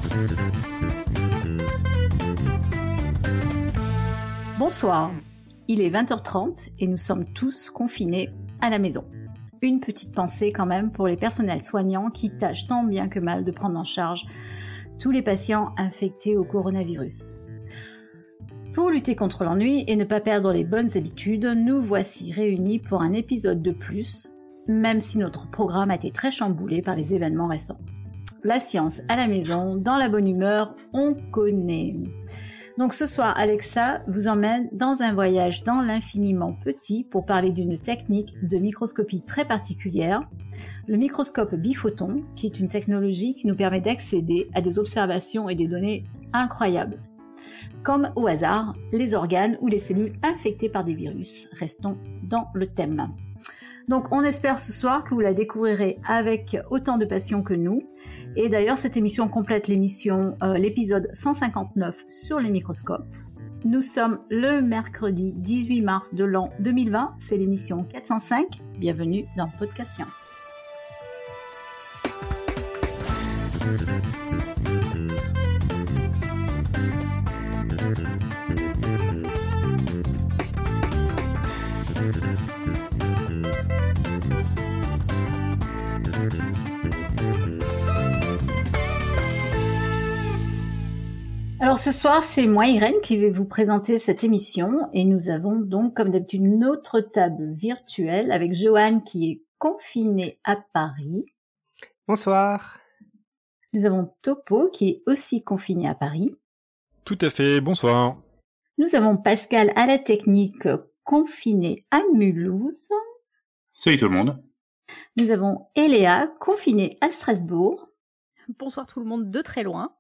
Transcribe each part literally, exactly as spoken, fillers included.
Bonsoir, il est vingt heures trente et nous sommes tous confinés à la maison. Une petite pensée quand même pour les personnels soignants qui tâchent tant bien que mal de prendre en charge tous les patients infectés au coronavirus. Pour lutter contre l'ennui et ne pas perdre les bonnes habitudes, nous voici réunis pour un épisode de plus, même si notre programme a été très chamboulé par les événements récents. La science à la maison, dans la bonne humeur, on connaît. Donc ce soir, Alexa vous emmène dans un voyage dans l'infiniment petit pour parler d'une technique de microscopie très particulière, le microscope biphoton, qui est une technologie qui nous permet d'accéder à des observations et des données incroyables, comme au hasard les organes ou les cellules infectées par des virus. Restons dans le thème. Donc on espère ce soir que vous la découvrirez avec autant de passion que nous. Et d'ailleurs, cette émission complète l'émission, euh, l'épisode cent cinquante-neuf sur les microscopes. Nous sommes le mercredi dix-huit mars de l'an deux mille vingt, c'est l'émission quatre cent cinq. Bienvenue dans Podcast Science. Alors ce soir, c'est moi Irène qui vais vous présenter cette émission et nous avons donc comme d'habitude notre table virtuelle avec Johan qui est confiné à Paris. Bonsoir. Nous avons Topo qui est aussi confiné à Paris. Tout à fait, bonsoir. Nous avons Pascal à la technique confiné à Mulhouse. Salut tout le monde. Nous avons Eléa confinée à Strasbourg. Bonsoir tout le monde de très loin.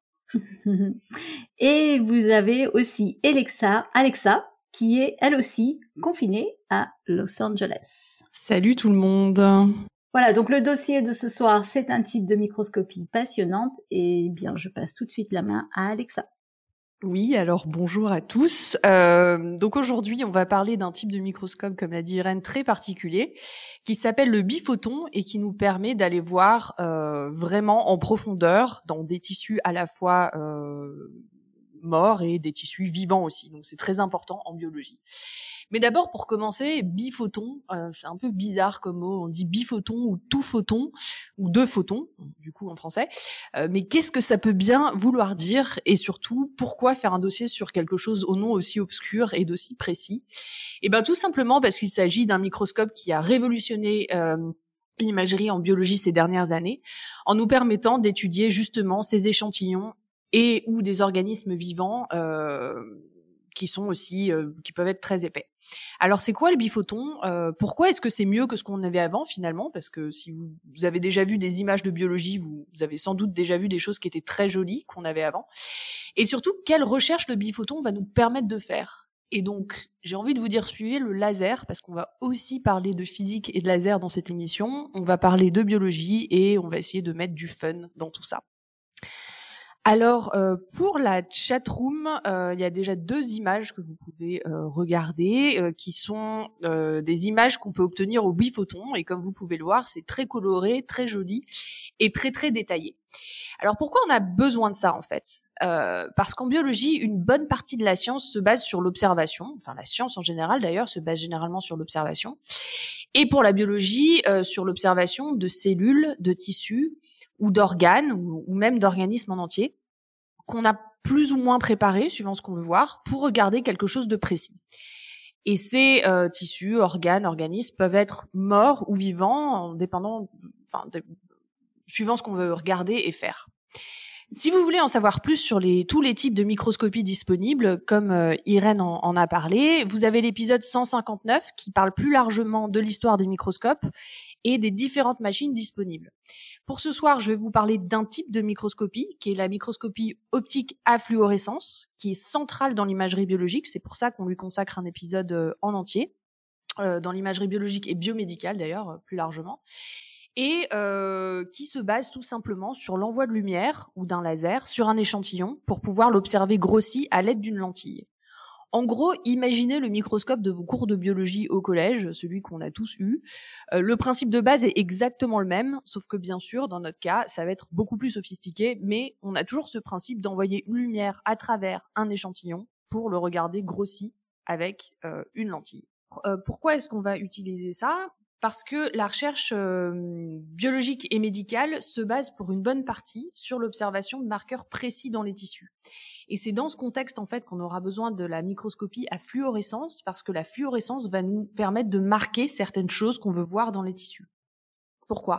Et vous avez aussi Alexa, Alexa, qui est elle aussi confinée à Los Angeles. Salut tout le monde. Voilà, donc le dossier de ce soir, c'est un type de microscopie passionnante et bien je passe tout de suite la main à Alexa. Oui, alors bonjour à tous. Euh, donc aujourd'hui, on va parler d'un type de microscope, comme l'a dit Irène, très particulier, qui s'appelle le biphoton et qui nous permet d'aller voir euh, vraiment en profondeur dans des tissus à la fois euh, morts et des tissus vivants aussi. Donc c'est très important en biologie. Mais d'abord, pour commencer, biphoton, euh, c'est un peu bizarre comme mot. On dit biphoton ou tout photon, ou deux photons, du coup en français. Euh, mais qu'est-ce que ça peut bien vouloir dire? Et surtout, pourquoi faire un dossier sur quelque chose au nom aussi obscur et d'aussi précis? Eh ben, tout simplement parce qu'il s'agit d'un microscope qui a révolutionné euh, l'imagerie en biologie ces dernières années, en nous permettant d'étudier justement ces échantillons et ou des organismes vivants euh, qui sont aussi, euh, qui peuvent être très épais. Alors c'est quoi le biphoton? euh, Pourquoi est-ce que c'est mieux que ce qu'on avait avant finalement? Parce que si vous, vous avez déjà vu des images de biologie, vous, vous avez sans doute déjà vu des choses qui étaient très jolies qu'on avait avant. Et surtout, quelle recherche le biphoton va nous permettre de faire? Et donc, j'ai envie de vous dire, suivez le laser, parce qu'on va aussi parler de physique et de laser dans cette émission. On va parler de biologie et on va essayer de mettre du fun dans tout ça. Alors, euh, pour la chatroom, euh, il y a déjà deux images que vous pouvez euh, regarder, euh, qui sont euh, des images qu'on peut obtenir au biphoton. Et comme vous pouvez le voir, c'est très coloré, très joli et très très détaillé. Alors, pourquoi on a besoin de ça en fait? euh, Parce qu'en biologie, une bonne partie de la science se base sur l'observation. Enfin, la science en général d'ailleurs se base généralement sur l'observation. Et pour la biologie, euh, sur l'observation de cellules, de tissus, ou d'organes, ou, ou même d'organismes en entier, qu'on a plus ou moins préparés, suivant ce qu'on veut voir, pour regarder quelque chose de précis. Et ces euh, tissus, organes, organismes peuvent être morts ou vivants, en dépendant, enfin, de, suivant ce qu'on veut regarder et faire. Si vous voulez en savoir plus sur les, tous les types de microscopie disponibles, comme euh, Irène en, en a parlé, vous avez l'épisode cent cinquante-neuf qui parle plus largement de l'histoire des microscopes et des différentes machines disponibles. Pour ce soir, je vais vous parler d'un type de microscopie, qui est la microscopie optique à fluorescence, qui est centrale dans l'imagerie biologique. C'est pour ça qu'on lui consacre un épisode euh, en entier, euh, dans l'imagerie biologique et biomédicale d'ailleurs, euh, plus largement. Et euh, qui se base tout simplement sur l'envoi de lumière ou d'un laser sur un échantillon pour pouvoir l'observer grossi à l'aide d'une lentille. En gros, imaginez le microscope de vos cours de biologie au collège, celui qu'on a tous eu. Euh, le principe de base est exactement le même, sauf que bien sûr, dans notre cas, ça va être beaucoup plus sophistiqué, mais on a toujours ce principe d'envoyer une lumière à travers un échantillon pour le regarder grossi avec euh, une lentille. Euh, pourquoi est-ce qu'on va utiliser ça ? Parce que la recherche euh, biologique et médicale se base pour une bonne partie sur l'observation de marqueurs précis dans les tissus. Et c'est dans ce contexte, en fait, qu'on aura besoin de la microscopie à fluorescence, parce que la fluorescence va nous permettre de marquer certaines choses qu'on veut voir dans les tissus. Pourquoi ?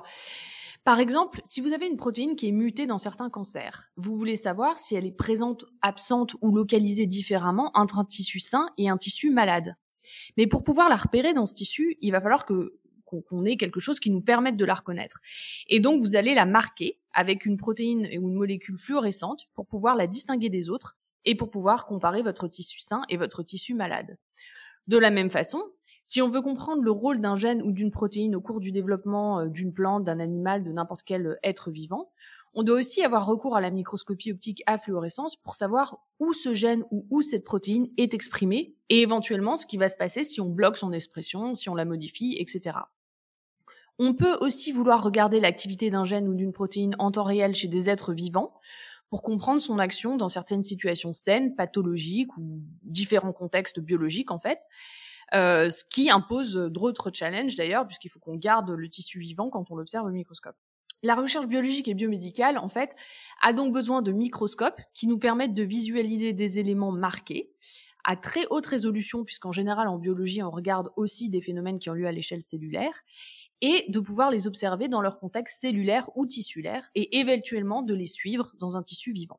Par exemple, si vous avez une protéine qui est mutée dans certains cancers, vous voulez savoir si elle est présente, absente ou localisée différemment entre un tissu sain et un tissu malade. Mais pour pouvoir la repérer dans ce tissu, il va falloir que qu'on ait quelque chose qui nous permette de la reconnaître. Et donc, vous allez la marquer avec une protéine ou une molécule fluorescente pour pouvoir la distinguer des autres et pour pouvoir comparer votre tissu sain et votre tissu malade. De la même façon, si on veut comprendre le rôle d'un gène ou d'une protéine au cours du développement d'une plante, d'un animal, de n'importe quel être vivant, on doit aussi avoir recours à la microscopie optique à fluorescence pour savoir où ce gène ou où cette protéine est exprimée et éventuellement ce qui va se passer si on bloque son expression, si on la modifie, et cetera. On peut aussi vouloir regarder l'activité d'un gène ou d'une protéine en temps réel chez des êtres vivants pour comprendre son action dans certaines situations saines, pathologiques ou différents contextes biologiques en fait, euh, ce qui impose d'autres challenges d'ailleurs puisqu'il faut qu'on garde le tissu vivant quand on l'observe au microscope. La recherche biologique et biomédicale, en fait, a donc besoin de microscopes qui nous permettent de visualiser des éléments marqués à très haute résolution puisqu'en général en biologie on regarde aussi des phénomènes qui ont lieu à l'échelle cellulaire et de pouvoir les observer dans leur contexte cellulaire ou tissulaire et éventuellement de les suivre dans un tissu vivant.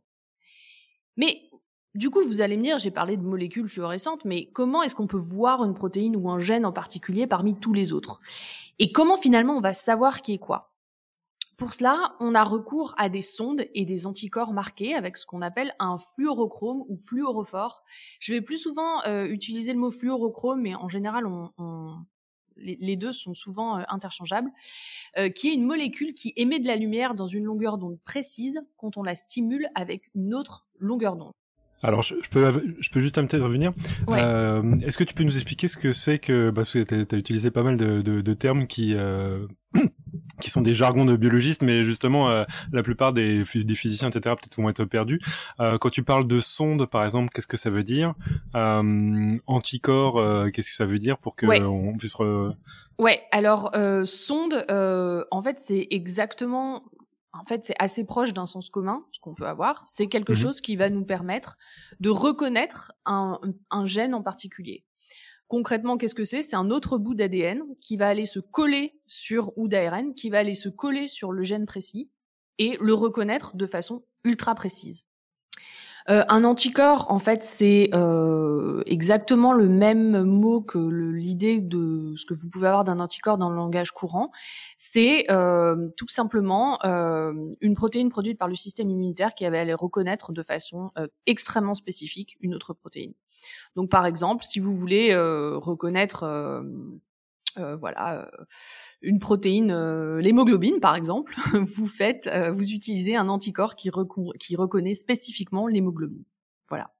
Mais du coup, vous allez me dire, j'ai parlé de molécules fluorescentes, mais comment est-ce qu'on peut voir une protéine ou un gène en particulier parmi tous les autres ? Et comment finalement on va savoir qui est quoi ? Pour cela, on a recours à des sondes et des anticorps marqués avec ce qu'on appelle un fluorochrome ou fluorophore. Je vais plus souvent euh, utiliser le mot fluorochrome, mais en général, on... on les deux sont souvent euh, interchangeables, euh, qui est une molécule qui émet de la lumière dans une longueur d'onde précise quand on la stimule avec une autre longueur d'onde. Alors, je, je, peux, je peux juste peut-être revenir. Ouais. Euh, est-ce que tu peux nous expliquer ce que c'est que... Parce que tu as utilisé pas mal de, de, de termes qui... Euh, qui sont des jargons de biologistes, mais justement, euh, la plupart des, des physiciens, et cetera, peut-être vont être perdus. Euh, quand tu parles de sonde, par exemple, qu'est-ce que ça veut dire ? euh, Anticorps, euh, qu'est-ce que ça veut dire pour que ouais. on puisse... Re... Ouais, alors, euh, sonde, euh, en fait, c'est exactement... En fait, c'est assez proche d'un sens commun, ce qu'on peut avoir. C'est quelque mmh. chose qui va nous permettre de reconnaître un, un gène en particulier. Concrètement, qu'est-ce que c'est ? C'est un autre bout d'A D N qui va aller se coller sur, ou d'A R N, qui va aller se coller sur le gène précis et le reconnaître de façon ultra précise. Euh, un anticorps, en fait, c'est euh, exactement le même mot que le, l'idée de ce que vous pouvez avoir d'un anticorps dans le langage courant. C'est euh, tout simplement euh, une protéine produite par le système immunitaire qui va aller reconnaître de façon euh, extrêmement spécifique une autre protéine. Donc, par exemple, si vous voulez euh, reconnaître, euh, euh, voilà, euh, une protéine, euh, l'hémoglobine, par exemple, vous faites, euh, vous utilisez un anticorps qui, recou- qui reconnaît spécifiquement l'hémoglobine. Voilà.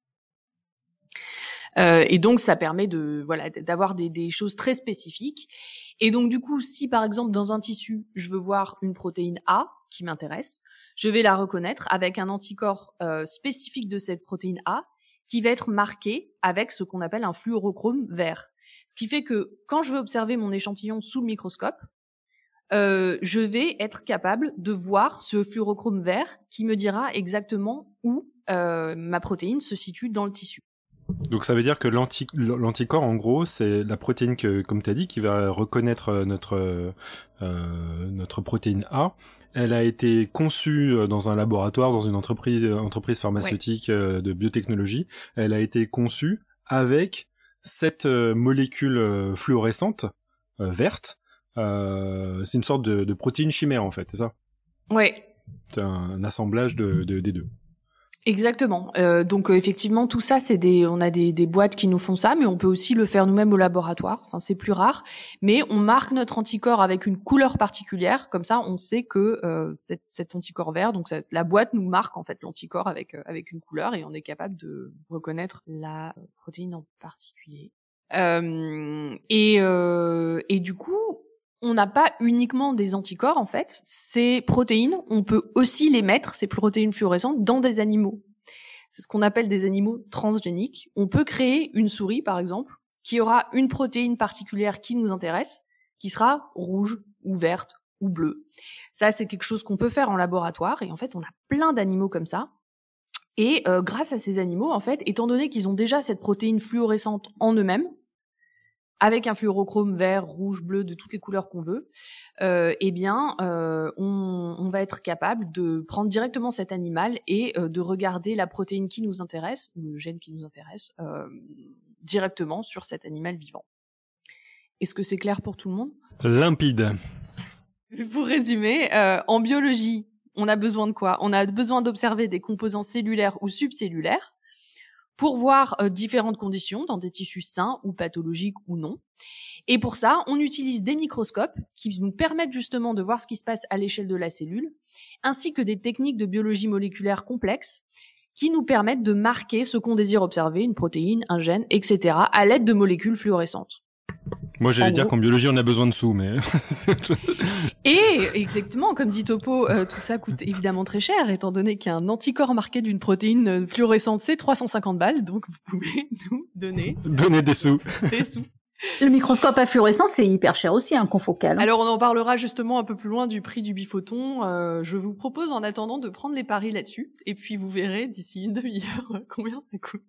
Euh, et donc, ça permet de, voilà, d'avoir des, des choses très spécifiques. Et donc, du coup, si par exemple dans un tissu, je veux voir une protéine A qui m'intéresse, je vais la reconnaître avec un anticorps euh, spécifique de cette protéine A, qui va être marqué avec ce qu'on appelle un fluorochrome vert. Ce qui fait que quand je vais observer mon échantillon sous le microscope, euh, je vais être capable de voir ce fluorochrome vert qui me dira exactement où euh, ma protéine se situe dans le tissu. Donc ça veut dire que l'anti- l'anticorps, en gros, c'est la protéine que, comme tu as dit, qui va reconnaître notre, euh, notre protéine A. Elle a été conçue dans un laboratoire, dans une entreprise, entreprise pharmaceutique ouais. de biotechnologie. Elle a été conçue avec cette molécule fluorescente, euh, verte. Euh, c'est une sorte de, de protéine chimère, en fait, c'est ça ? Oui. C'est un, un assemblage de, de, des deux. Exactement. Euh, donc euh, effectivement, tout ça, c'est des, on a des, des boîtes qui nous font ça, mais on peut aussi le faire nous-mêmes au laboratoire. Enfin, c'est plus rare, mais on marque notre anticorps avec une couleur particulière. Comme ça, on sait que euh, cet, cet anticorps vert, donc ça, la boîte nous marque en fait l'anticorps avec euh, avec une couleur et on est capable de reconnaître la protéine en particulier. Euh, et euh, et du coup, on n'a pas uniquement des anticorps, en fait. Ces protéines, on peut aussi les mettre, ces protéines fluorescentes, dans des animaux. C'est ce qu'on appelle des animaux transgéniques. On peut créer une souris, par exemple, qui aura une protéine particulière qui nous intéresse, qui sera rouge ou verte ou bleue. Ça, c'est quelque chose qu'on peut faire en laboratoire. Et en fait, on a plein d'animaux comme ça. Et euh, grâce à ces animaux, en fait, étant donné qu'ils ont déjà cette protéine fluorescente en eux-mêmes, avec un fluorochrome vert, rouge, bleu, de toutes les couleurs qu'on veut, euh, eh bien, euh, on, on va être capable de prendre directement cet animal et euh, de regarder la protéine qui nous intéresse, ou le gène qui nous intéresse, euh, directement sur cet animal vivant. Est-ce que c'est clair pour tout le monde ? Limpide. Pour résumer, euh, en biologie, on a besoin de quoi ? On a besoin d'observer des composants cellulaires ou subcellulaires, pour voir euh, différentes conditions dans des tissus sains ou pathologiques ou non. Et pour ça, on utilise des microscopes qui nous permettent justement de voir ce qui se passe à l'échelle de la cellule, ainsi que des techniques de biologie moléculaire complexes qui nous permettent de marquer ce qu'on désire observer, une protéine, un gène, et cetera, à l'aide de molécules fluorescentes. Moi, j'allais En dire gros. qu'en biologie, on a besoin de sous, mais... Et exactement, comme dit Topo, euh, tout ça coûte évidemment très cher, étant donné qu'un anticorps marqué d'une protéine fluorescente, c'est trois cent cinquante balles, donc vous pouvez nous donner Donner des sous. des sous. Le microscope à fluorescence, c'est hyper cher aussi, un confocal. Alors on en parlera justement un peu plus loin du prix du biphoton. Euh, je vous propose en attendant de prendre les paris là-dessus, et puis vous verrez d'ici une demi-heure combien ça coûte.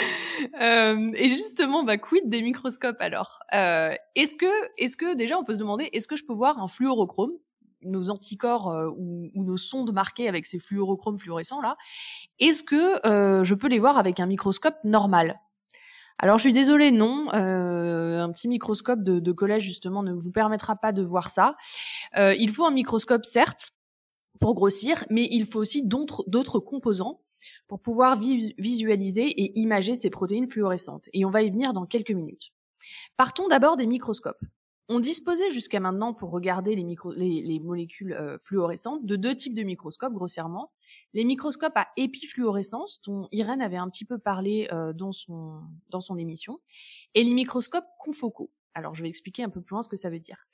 Euh, et justement, bah quid des microscopes alors euh, Est-ce que, est-ce que déjà on peut se demander, est-ce que je peux voir un fluorochrome, nos anticorps euh, ou, ou nos sondes marquées avec ces fluorochromes fluorescents là, est-ce que euh, je peux les voir avec un microscope normal ? Alors je suis désolée, non. Euh, un petit microscope de, de collège justement ne vous permettra pas de voir ça. Euh, il faut un microscope certes pour grossir, mais il faut aussi d'autres, d'autres composants pour pouvoir vi- visualiser et imager ces protéines fluorescentes. Et on va y venir dans quelques minutes. Partons d'abord des microscopes. On disposait jusqu'à maintenant pour regarder les, micro- les, les molécules euh, fluorescentes de deux types de microscopes grossièrement. Les microscopes à épifluorescence, dont Irène avait un petit peu parlé euh, dans, son, dans son émission, et les microscopes confocaux. Alors, je vais expliquer un peu plus loin ce que ça veut dire.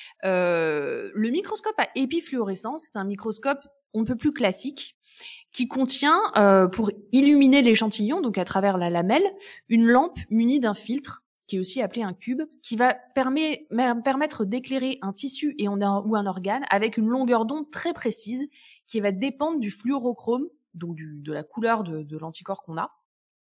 Euh, le microscope à épifluorescence, c'est un microscope on ne peut plus classique, qui contient, euh, pour illuminer l'échantillon, donc à travers la lamelle, une lampe munie d'un filtre, qui est aussi appelé un cube, qui va permet, permettre d'éclairer un tissu et on a, ou un organe avec une longueur d'onde très précise, qui va dépendre du fluorochrome, donc du, de la couleur de, de l'anticorps qu'on a,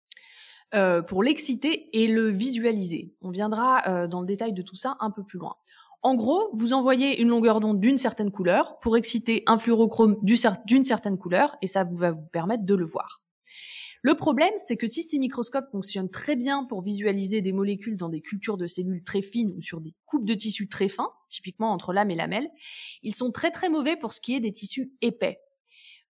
euh, pour l'exciter et le visualiser. On viendra euh, dans le détail de tout ça un peu plus loin. En gros, vous envoyez une longueur d'onde d'une certaine couleur pour exciter un fluorochrome du, d'une certaine couleur, et ça va vous permettre de le voir. Le problème, c'est que si ces microscopes fonctionnent très bien pour visualiser des molécules dans des cultures de cellules très fines ou sur des coupes de tissus très fins, typiquement entre lame et lamelle, ils sont très très mauvais pour ce qui est des tissus épais. Pourquoi ?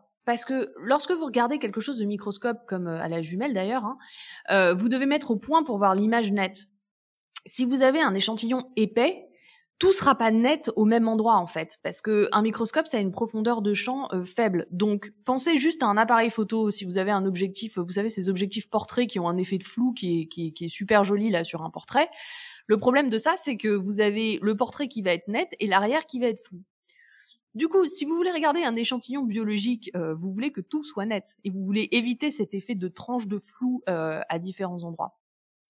Parce que lorsque vous regardez quelque chose de microscope, comme à la jumelle d'ailleurs, hein, euh, vous devez mettre au point pour voir l'image nette. Si vous avez un échantillon épais, tout sera pas net au même endroit en fait, parce que un microscope ça a une profondeur de champ euh, faible. Donc pensez juste à un appareil photo. Si vous avez un objectif, vous savez ces objectifs portraits qui ont un effet de flou qui est, qui est, qui est super joli là sur un portrait. Le problème de ça, c'est que vous avez le portrait qui va être net et l'arrière qui va être flou. Du coup, si vous voulez regarder un échantillon biologique, euh, vous voulez que tout soit net et vous voulez éviter cet effet de tranche de flou euh, à différents endroits.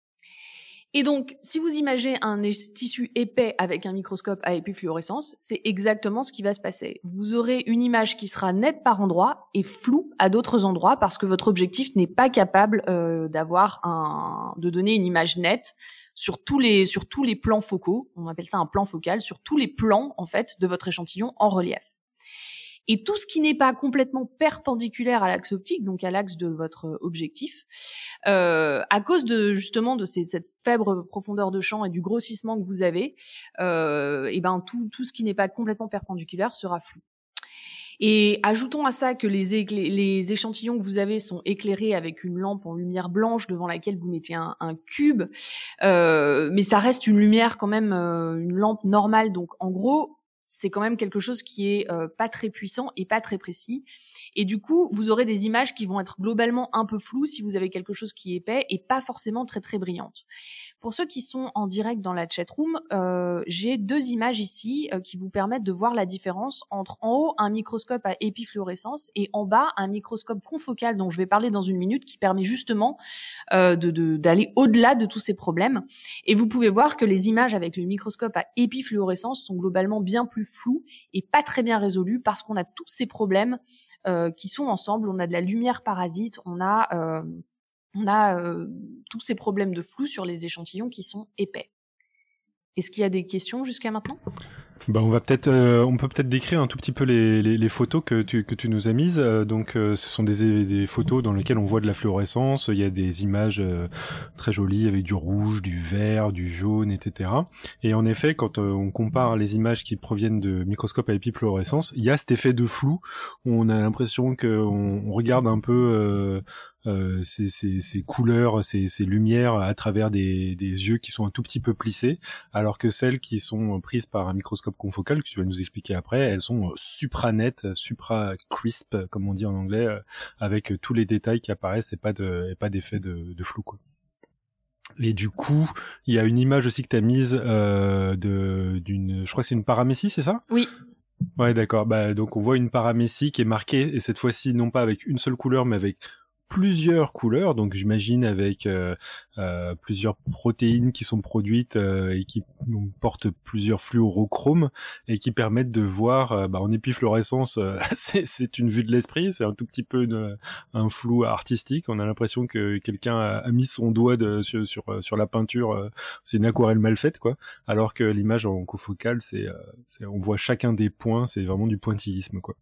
Et donc, si vous imaginez un tissu épais avec un microscope à épifluorescence, c'est exactement ce qui va se passer. Vous aurez une image qui sera nette par endroits et floue à d'autres endroits parce que votre objectif n'est pas capable euh, d'avoir un, de donner une image nette sur tous les, sur tous les plans focaux. On appelle ça un plan focal, sur tous les plans, en fait, de votre échantillon en relief. Et tout ce qui n'est pas complètement perpendiculaire à l'axe optique, donc à l'axe de votre objectif, euh, à cause de justement de ces, cette faible profondeur de champ et du grossissement que vous avez, euh, et ben tout, tout ce qui n'est pas complètement perpendiculaire sera flou. Et ajoutons à ça que les, écla- les échantillons que vous avez sont éclairés avec une lampe en lumière blanche devant laquelle vous mettez un, un cube, euh, mais ça reste une lumière quand même, euh, une lampe normale. Donc en gros, c'est quand même quelque chose qui est euh, pas très puissant et pas très précis. Et du coup, vous aurez des images qui vont être globalement un peu floues si vous avez quelque chose qui est épais et pas forcément très très brillante. Pour ceux qui sont en direct dans la chatroom, euh, j'ai deux images ici euh, qui vous permettent de voir la différence entre en haut un microscope à épifluorescence et en bas un microscope confocal dont je vais parler dans une minute qui permet justement euh, de, de, d'aller au-delà de tous ces problèmes. Et vous pouvez voir que les images avec le microscope à épifluorescence sont globalement bien plus floues et pas très bien résolues parce qu'on a tous ces problèmes euh, qui sont ensemble. On a de la lumière parasite, on a... Euh, on a euh, tous ces problèmes de flou sur les échantillons qui sont épais. Est-ce qu'il y a des questions jusqu'à maintenant ? Bah, on va peut-être, euh, on peut peut-être décrire un tout petit peu les, les, les photos que tu, que tu nous as mises. Euh, donc, euh, ce sont des, des photos dans lesquelles on voit de la fluorescence. Il y a des images euh, très jolies avec du rouge, du vert, du jaune, et cetera. Et en effet, quand euh, on compare les images qui proviennent de microscopes à épifluorescence, il y a cet effet de flou où on a l'impression qu'on on regarde un peu euh, Euh, ces, ces, ces couleurs, ces, ces lumières à travers des, des yeux qui sont un tout petit peu plissés, alors que celles qui sont prises par un microscope confocal, que tu vas nous expliquer après, elles sont supra-nettes, supra-crisp, comme on dit en anglais, avec tous les détails qui apparaissent et pas de, et pas d'effet de, de flou, quoi. Et du coup, il y a une image aussi que tu as mise euh, de, d'une, je crois que c'est une paramécie, c'est ça ? Oui. Ouais, d'accord. Bah, donc on voit une paramécie qui est marquée, et cette fois-ci non pas avec une seule couleur, mais avec plusieurs couleurs, donc j'imagine avec euh, euh, plusieurs protéines qui sont produites euh, et qui donc, portent plusieurs fluorochromes et qui permettent de voir, euh, bah, en épifluorescence, euh, c'est, c'est une vue de l'esprit, c'est un tout petit peu une, un flou artistique, on a l'impression que quelqu'un a, a mis son doigt de, sur, sur, sur la peinture, euh, c'est une aquarelle mal faite, quoi, alors que l'image en confocal, c'est, euh, c'est, on voit chacun des points, c'est vraiment du pointillisme, quoi.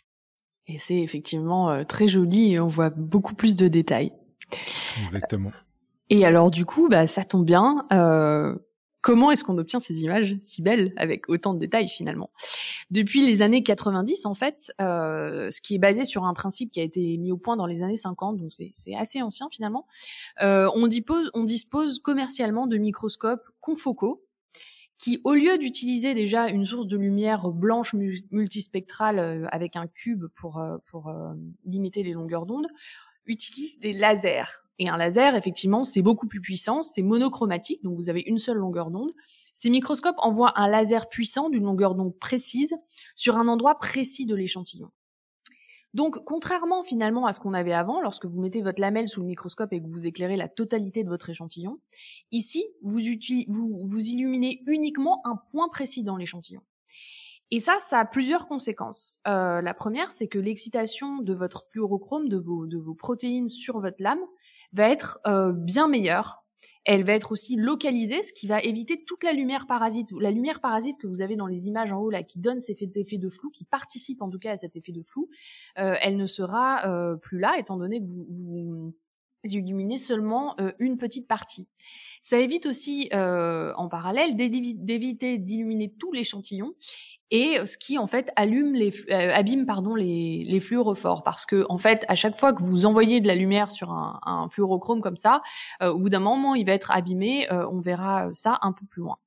Et c'est effectivement euh, très joli et on voit beaucoup plus de détails. Exactement. Et alors du coup, bah, ça tombe bien. Euh, comment est-ce qu'on obtient ces images si belles avec autant de détails finalement ? Depuis les années quatre-vingt-dix, en fait, euh, ce qui est basé sur un principe qui a été mis au point dans les années cinquante, donc c'est, c'est assez ancien finalement, euh, on, dispose, on dispose commercialement de microscopes confocaux qui, au lieu d'utiliser déjà une source de lumière blanche multispectrale euh, avec un cube pour, euh, pour euh, limiter les longueurs d'onde, utilisent des lasers. Et un laser, effectivement, c'est beaucoup plus puissant, c'est monochromatique, donc vous avez une seule longueur d'onde. Ces microscopes envoient un laser puissant d'une longueur d'onde précise sur un endroit précis de l'échantillon. Donc, contrairement finalement à ce qu'on avait avant, lorsque vous mettez votre lamelle sous le microscope et que vous éclairez la totalité de votre échantillon, ici, vous, uti- vous, vous illuminez uniquement un point précis dans l'échantillon. Et ça, ça a plusieurs conséquences. Euh, la première, c'est que l'excitation de votre fluorochrome, de vos, de vos protéines sur votre lame, va être euh, bien meilleure. Elle va être aussi localisée, ce qui va éviter toute la lumière parasite. La lumière parasite que vous avez dans les images en haut, là, qui donne cet effet de flou, qui participe en tout cas à cet effet de flou, euh, elle ne sera euh, plus là, étant donné que vous, vous illuminez seulement euh, une petite partie. Ça évite aussi, euh, en parallèle, d'éviter d'illuminer tout l'échantillon, et ce qui en fait allume les, euh, abîme pardon les, les fluorophores, parce que en fait à chaque fois que vous envoyez de la lumière sur un, un fluorochrome comme ça, euh, au bout d'un moment il va être abîmé, euh, on verra ça un peu plus loin.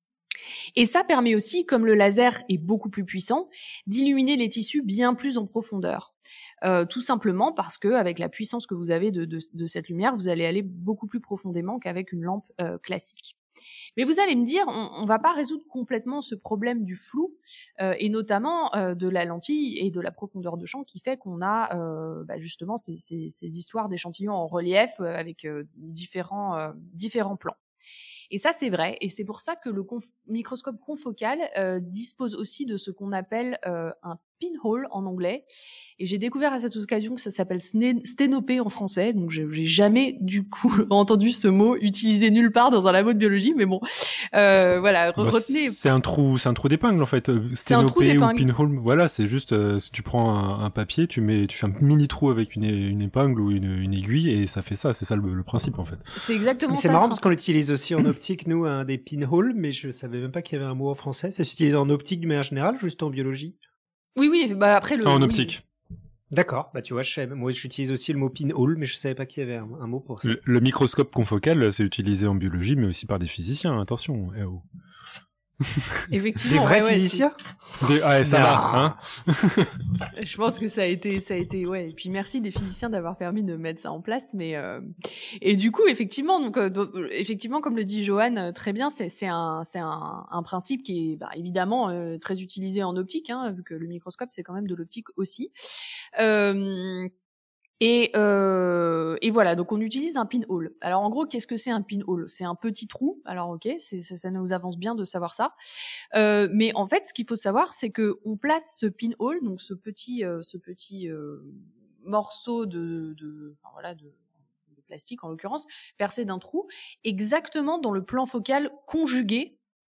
Et ça permet aussi, comme le laser est beaucoup plus puissant, d'illuminer les tissus bien plus en profondeur. Euh, tout simplement parce que avec la puissance que vous avez de, de, de cette lumière, vous allez aller beaucoup plus profondément qu'avec une lampe euh, classique. Mais vous allez me dire, on ne va pas résoudre complètement ce problème du flou, euh, et notamment euh, de la lentille et de la profondeur de champ qui fait qu'on a euh, bah justement ces, ces, ces histoires d'échantillons en relief euh, avec euh, différents, euh, différents plans. Et ça, c'est vrai, et c'est pour ça que le conf- microscope confocal euh, dispose aussi de ce qu'on appelle euh, un pinhole en anglais. Et j'ai découvert à cette occasion que ça s'appelle sné- sténopée en français, donc j'ai, j'ai jamais du coup entendu ce mot utilisé nulle part dans un labo de biologie, mais bon, euh, voilà, bah, retenez. C'est un trou, c'est un trou d'épingle en fait. C'est un trou d'épingle. Ou pinhole, voilà, c'est juste euh, si tu prends un, un papier, tu mets, tu fais un mini trou avec une, une épingle ou une, une aiguille et ça fait ça. C'est ça le, le principe en fait. C'est exactement mais ça. C'est marrant parce qu'on l'utilise aussi en optique, nous, hein, des pinholes, mais je savais même pas qu'il y avait un mot en français. Ça s'utilise en optique de manière générale, juste en biologie. Oui, oui. Bah après le. Ah, en oui. optique. D'accord, bah tu vois, je sais, moi j'utilise aussi le mot pinhole, mais je savais pas qu'il y avait un, un mot pour ça. Le, le microscope confocal, c'est utilisé en biologie, mais aussi par des physiciens. Attention. Eh oh. Effectivement. Des vrais ouais, ouais, physiciens Des... Ah, ça Non. va, hein. Je pense que ça a été, ça a été, ouais. Et puis merci des physiciens d'avoir permis de mettre ça en place, mais euh... et du coup, effectivement, donc, euh, donc, effectivement, comme le dit Johan euh, très bien, c'est, c'est un, c'est un, un principe qui est bah, évidemment euh, très utilisé en optique, hein, vu que le microscope c'est quand même de l'optique aussi. Euh... Et, euh, et voilà, donc on utilise un pinhole. Alors en gros, qu'est-ce que c'est un pinhole ? C'est un petit trou. Alors ok, c'est, ça, ça nous avance bien de savoir ça. Euh, mais en fait, ce qu'il faut savoir, c'est que on place ce pinhole, donc ce petit, euh, ce petit euh, morceau de, de, enfin voilà, de, de plastique en l'occurrence, percé d'un trou, exactement dans le plan focal conjugué.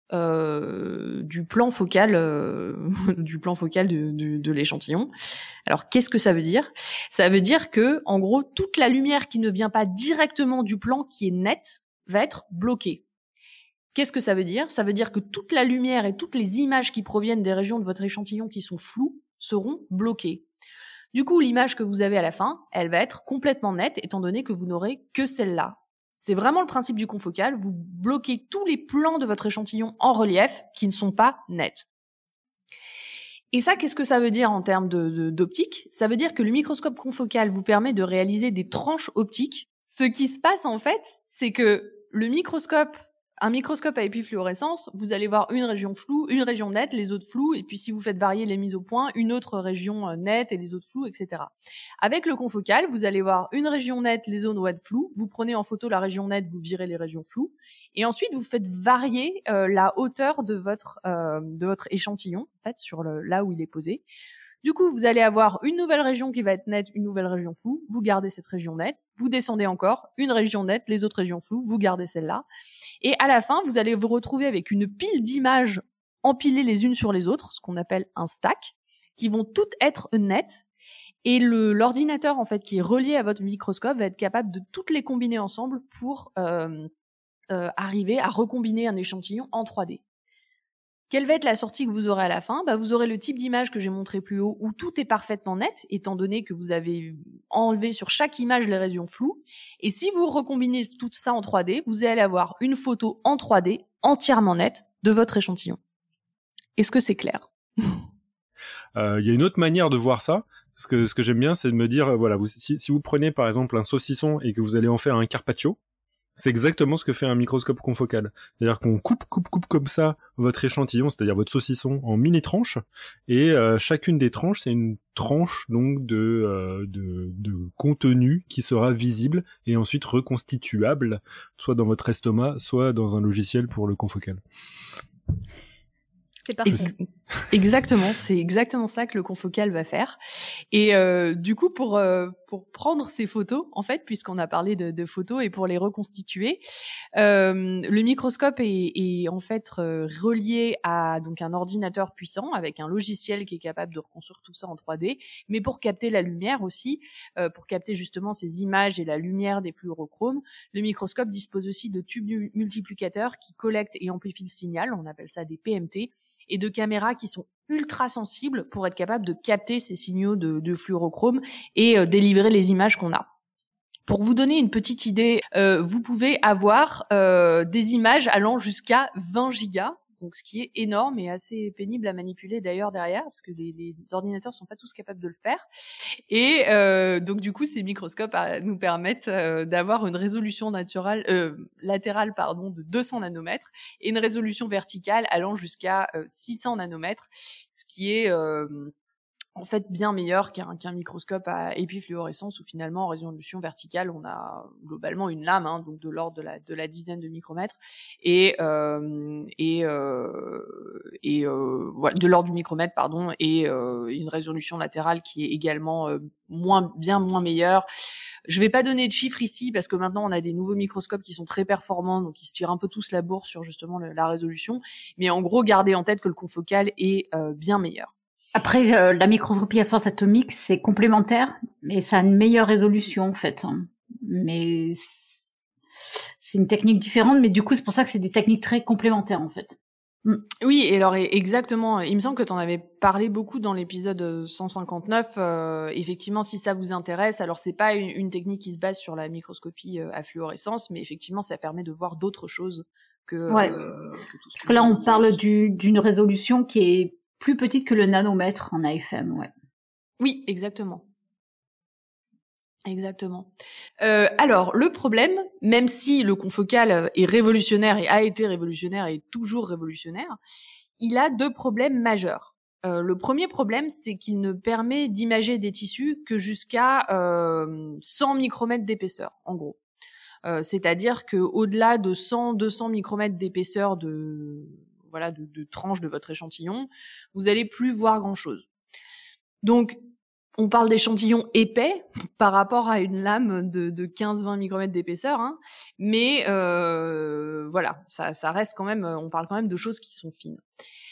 Euh, du plan focal euh, du plan focal de, de, de l'échantillon. Alors qu'est-ce que ça veut dire ? Ça veut dire que en gros toute la lumière qui ne vient pas directement du plan qui est net va être bloquée. Qu'est-ce que ça veut dire ? Ça veut dire que toute la lumière et toutes les images qui proviennent des régions de votre échantillon qui sont floues seront bloquées. Du coup, l'image que vous avez à la fin, elle va être complètement nette étant donné que vous n'aurez que celle-là. C'est vraiment le principe du confocal, vous bloquez tous les plans de votre échantillon en relief qui ne sont pas nets. Et ça, qu'est-ce que ça veut dire en termes de, de, d'optique ? Ça veut dire que le microscope confocal vous permet de réaliser des tranches optiques. Ce qui se passe en fait, c'est que le microscope, un microscope à épifluorescence, vous allez voir une région floue, une région nette, les autres floues, et puis si vous faites varier les mises au point, une autre région nette et les autres floues, et cetera. Avec le confocal, vous allez voir une région nette, les zones wet floues, vous prenez en photo la région nette, vous virez les régions floues, et ensuite vous faites varier euh, la hauteur de votre euh, de votre échantillon, en fait, sur le là où il est posé. Du coup, vous allez avoir une nouvelle région qui va être nette, une nouvelle région floue, vous gardez cette région nette, vous descendez encore, une région nette, les autres régions floues, vous gardez celle-là. Et à la fin, vous allez vous retrouver avec une pile d'images empilées les unes sur les autres, ce qu'on appelle un stack, qui vont toutes être nettes. Et le, l'ordinateur, en fait, qui est relié à votre microscope va être capable de toutes les combiner ensemble pour euh, euh, arriver à recombiner un échantillon en trois D. Quelle va être la sortie que vous aurez à la fin ? Bah, vous aurez le type d'image que j'ai montré plus haut où tout est parfaitement net, étant donné que vous avez enlevé sur chaque image les régions floues. Et si vous recombinez tout ça en trois D, vous allez avoir une photo en trois D entièrement nette de votre échantillon. Est-ce que c'est clair ? Il euh, y a une autre manière de voir ça. Ce que, ce que j'aime bien, c'est de me dire, euh, voilà, vous, si, si vous prenez par exemple un saucisson et que vous allez en faire un carpaccio, c'est exactement ce que fait un microscope confocal. C'est-à-dire qu'on coupe, coupe, coupe comme ça votre échantillon, c'est-à-dire votre saucisson, en mini-tranches, et euh, chacune des tranches, c'est une tranche donc de, euh, de, de contenu qui sera visible et ensuite reconstituable, soit dans votre estomac, soit dans un logiciel pour le confocal. C'est parfait. Exactement, c'est exactement ça que le confocal va faire. Et euh, du coup, pour euh, pour prendre ces photos, en fait, puisqu'on a parlé de, de photos et pour les reconstituer, euh, le microscope est, est en fait euh, relié à donc un ordinateur puissant avec un logiciel qui est capable de reconstruire tout ça en trois D, mais pour capter la lumière aussi, euh, pour capter justement ces images et la lumière des fluorochromes, le microscope dispose aussi de tubes multiplicateurs qui collectent et amplifient le signal. On appelle ça des P M T. Et de caméras qui sont ultra sensibles pour être capables de capter ces signaux de, de fluorochrome et euh, délivrer les images qu'on a. Pour vous donner une petite idée, euh, vous pouvez avoir euh, des images allant jusqu'à vingt gigas, donc ce qui est énorme et assez pénible à manipuler d'ailleurs derrière, parce que les, les ordinateurs sont pas tous capables de le faire. Et euh, donc du coup, ces microscopes euh, nous permettent euh, d'avoir une résolution naturelle, euh, latérale pardon, de deux cents nanomètres et une résolution verticale allant jusqu'à euh, six cents nanomètres, ce qui est euh, en fait bien meilleur qu'un, qu'un microscope à épifluorescence où finalement en résolution verticale on a globalement une lame, hein, donc de l'ordre de la, de la dizaine de micromètres et euh, et euh, et euh, voilà, de l'ordre du micromètre pardon et euh, une résolution latérale qui est également euh, moins bien moins meilleure. Je vais pas donner de chiffres ici parce que maintenant on a des nouveaux microscopes qui sont très performants, donc ils se tirent un peu tous la bourre sur justement le, la résolution, mais en gros gardez en tête que le confocal est euh, bien meilleur. Après, euh, la microscopie à force atomique, c'est complémentaire, mais ça a une meilleure résolution, en fait. Mais c'est une technique différente, mais du coup, c'est pour ça que c'est des techniques très complémentaires, en fait. Mm. Oui, et alors exactement, il me semble que tu en avais parlé beaucoup dans l'épisode cent cinquante-neuf. Euh, effectivement, si ça vous intéresse, alors c'est pas une, une technique qui se base sur la microscopie euh, à fluorescence, mais effectivement, ça permet de voir d'autres choses que, ouais. euh, que tout ce Parce que là, on parle du, d'une résolution qui est plus petite que le nanomètre en A F M, ouais. Oui, exactement. Exactement. Euh, alors, le problème, même si le confocal est révolutionnaire et a été révolutionnaire et est toujours révolutionnaire, il a deux problèmes majeurs. Euh, le premier problème, c'est qu'il ne permet d'imager des tissus que jusqu'à euh, cent micromètres d'épaisseur, en gros. Euh, c'est-à-dire que au-delà de cent à deux cents micromètres d'épaisseur de voilà de, de tranche de votre échantillon, vous allez plus voir grand-chose. Donc on parle d'échantillons épais par rapport à une lame de, de quinze à vingt micromètres d'épaisseur, hein, mais euh, voilà, ça, ça reste quand même, on parle quand même de choses qui sont fines.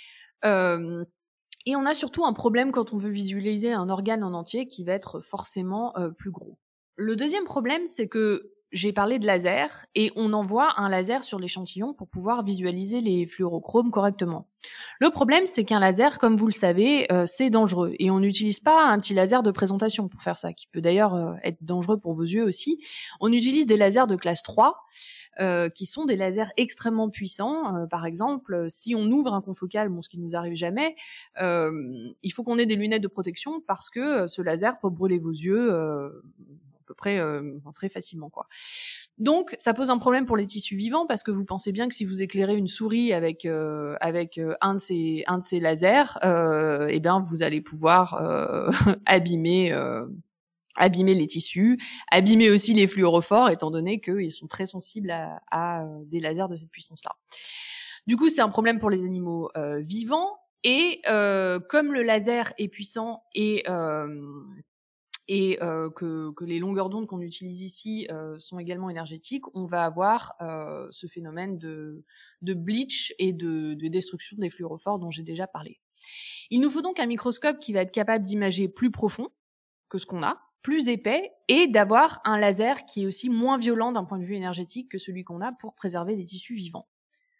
Euh, et on a surtout un problème quand on veut visualiser un organe en entier qui va être forcément euh, plus gros. Le deuxième problème, c'est que j'ai parlé de laser et on envoie un laser sur l'échantillon pour pouvoir visualiser les fluorochromes correctement. Le problème, c'est qu'un laser, comme vous le savez, euh, c'est dangereux et on n'utilise pas un petit laser de présentation pour faire ça, qui peut d'ailleurs euh, être dangereux pour vos yeux aussi. On utilise des lasers de classe trois euh, qui sont des lasers extrêmement puissants. Euh, par exemple, si on ouvre un confocal, bon, ce qui nous arrive jamais, euh, il faut qu'on ait des lunettes de protection parce que euh, ce laser peut brûler vos yeux euh, à peu près euh, enfin, très facilement, quoi. Donc ça pose un problème pour les tissus vivants parce que vous pensez bien que si vous éclairez une souris avec euh, avec euh, un de ces un de ces lasers, euh, eh bien vous allez pouvoir euh, abîmer euh, abîmer les tissus, abîmer aussi les fluorophores étant donné qu'ils sont très sensibles à, à des lasers de cette puissance-là. Du coup, c'est un problème pour les animaux euh, vivants et euh, comme le laser est puissant et euh, et euh, que, que les longueurs d'onde qu'on utilise ici euh, sont également énergétiques, on va avoir euh, ce phénomène de, de bleach et de, de destruction des fluorophores dont j'ai déjà parlé. Il nous faut donc un microscope qui va être capable d'imager plus profond que ce qu'on a, plus épais, et d'avoir un laser qui est aussi moins violent d'un point de vue énergétique que celui qu'on a pour préserver les tissus vivants.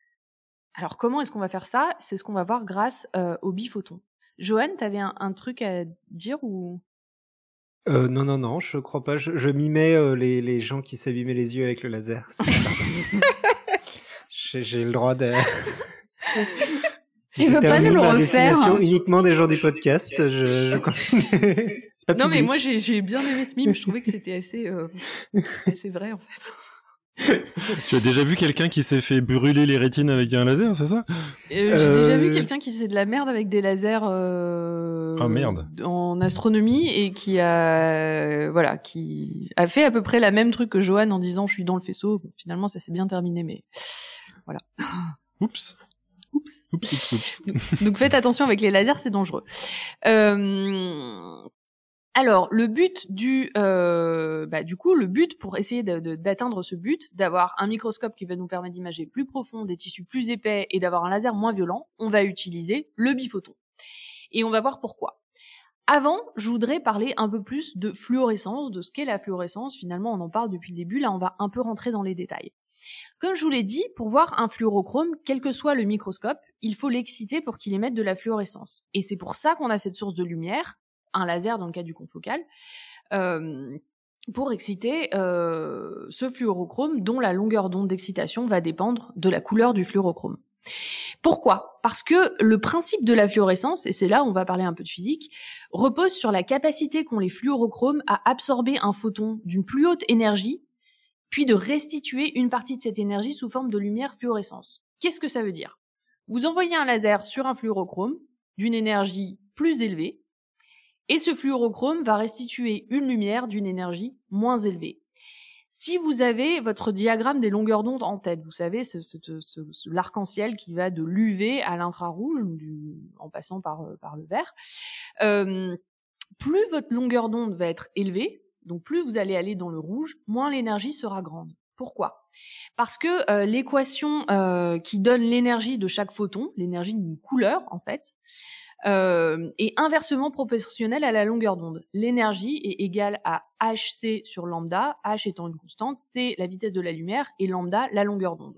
Alors comment est-ce qu'on va faire ça ? C'est ce qu'on va voir grâce euh, au biphoton. Johan, t'avais un, un truc à dire ou... Euh, non, non, non, je crois pas. Je, je mimais euh, les, les gens qui s'abîmaient les yeux avec le laser. j'ai, j'ai le droit de... Tu veux pas nous le refaire ? Destination uniquement des gens du podcast. Je, je continue. C'est pas non, public. mais moi j'ai, j'ai bien aimé ce mime. Je trouvais que c'était assez, euh, assez vrai en fait. Tu as déjà vu quelqu'un qui s'est fait brûler les rétines avec un laser, c'est ça ? euh, J'ai euh... déjà vu quelqu'un qui faisait de la merde avec des lasers euh, oh, merde. en astronomie et qui a euh, voilà qui a fait à peu près la même truc que Johan en disant je suis dans le faisceau. Bon, finalement ça s'est bien terminé, mais voilà. Oups. Oups. Oups, oups, oups. donc, donc faites attention avec les lasers, c'est dangereux. Euh... Alors, le but du, euh, bah, du coup, le but pour essayer de, de, d'atteindre ce but, d'avoir un microscope qui va nous permettre d'imager plus profond, des tissus plus épais et d'avoir un laser moins violent, on va utiliser le biphoton. Et on va voir pourquoi. Avant, je voudrais parler un peu plus de fluorescence, de ce qu'est la fluorescence. Finalement, on en parle depuis le début. Là, on va un peu rentrer dans les détails. Comme je vous l'ai dit, pour voir un fluorochrome, quel que soit le microscope, il faut l'exciter pour qu'il émette de la fluorescence. Et c'est pour ça qu'on a cette source de lumière, un laser dans le cas du confocal, euh, pour exciter euh, ce fluorochrome dont la longueur d'onde d'excitation va dépendre de la couleur du fluorochrome. Pourquoi ? Parce que le principe de la fluorescence, et c'est là où on va parler un peu de physique, repose sur la capacité qu'ont les fluorochromes à absorber un photon d'une plus haute énergie, puis de restituer une partie de cette énergie sous forme de lumière fluorescence. Qu'est-ce que ça veut dire ? Vous envoyez un laser sur un fluorochrome d'une énergie plus élevée, et ce fluorochrome va restituer une lumière d'une énergie moins élevée. Si vous avez votre diagramme des longueurs d'onde en tête, vous savez, ce, ce, ce, ce, l'arc-en-ciel qui va de l'U V à l'infrarouge, du, en passant par, par le vert, euh, plus votre longueur d'onde va être élevée, donc plus vous allez aller dans le rouge, moins l'énergie sera grande. Pourquoi ? Parce que euh, l'équation euh, qui donne l'énergie de chaque photon, l'énergie d'une couleur en fait, Euh, est inversement proportionnelle à la longueur d'onde. L'énergie est égale à hc sur lambda, h étant une constante, c'est la vitesse de la lumière, et lambda, la longueur d'onde.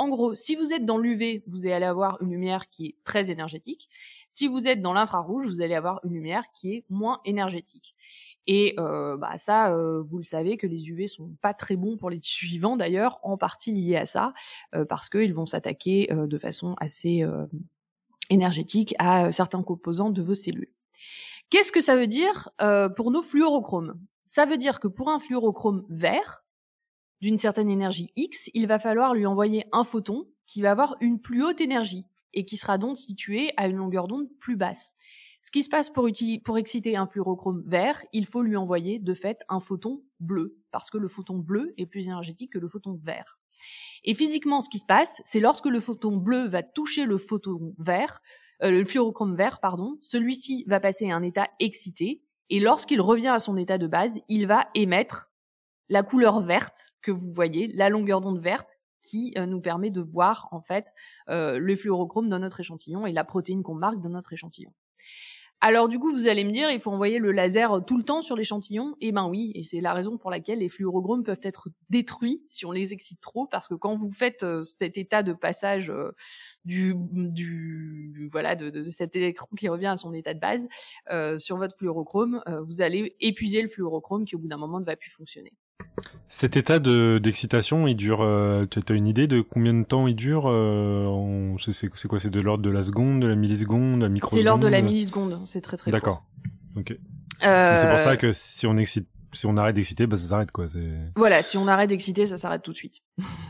en gros, si vous êtes dans l'U V, vous allez avoir une lumière qui est très énergétique. Si vous êtes dans l'infrarouge, vous allez avoir une lumière qui est moins énergétique. Et euh, bah ça, euh, vous le savez que les U V sont pas très bons pour les tissus vivants d'ailleurs, en partie liés à ça, euh, parce qu'ils vont s'attaquer euh, de façon assez euh, énergétique à euh, certains composants de vos cellules. Qu'est-ce que ça veut dire euh, pour nos fluorochromes ? Ça veut dire que pour un fluorochrome vert, d'une certaine énergie X, il va falloir lui envoyer un photon qui va avoir une plus haute énergie et qui sera donc situé à une longueur d'onde plus basse. Ce qui se passe pour, utili- pour exciter un fluorochrome vert, il faut lui envoyer de fait un photon bleu, parce que le photon bleu est plus énergétique que le photon vert. Et physiquement, ce qui se passe, c'est lorsque le photon bleu va toucher le photon vert, euh, le fluorochrome vert, pardon, celui-ci va passer à un état excité, et lorsqu'il revient à son état de base, il va émettre la couleur verte que vous voyez, la longueur d'onde verte, qui euh, nous permet de voir en fait euh, le fluorochrome dans notre échantillon et la protéine qu'on marque dans notre échantillon. Alors du coup, vous allez me dire, il faut envoyer le laser tout le temps sur l'échantillon. Eh ben oui, et c'est la raison pour laquelle les fluorochromes peuvent être détruits si on les excite trop, parce que quand vous faites euh, cet état de passage euh, du, du voilà de, de, de cet électron qui revient à son état de base euh, sur votre fluorochrome, euh, vous allez épuiser le fluorochrome qui au bout d'un moment ne va plus fonctionner. Cet état de d'excitation, il dure. Euh, tu as une idée de combien de temps il dure euh, on, c'est, c'est quoi? C'est de l'ordre de la seconde, de la milliseconde, de la microseconde? C'est l'ordre de la milliseconde. C'est très très D'accord. Court. Ok. Euh... Donc c'est pour ça que si on excite, si on arrête d'exciter, bah ça s'arrête quoi. C'est... Voilà, si on arrête d'exciter, ça s'arrête tout de suite.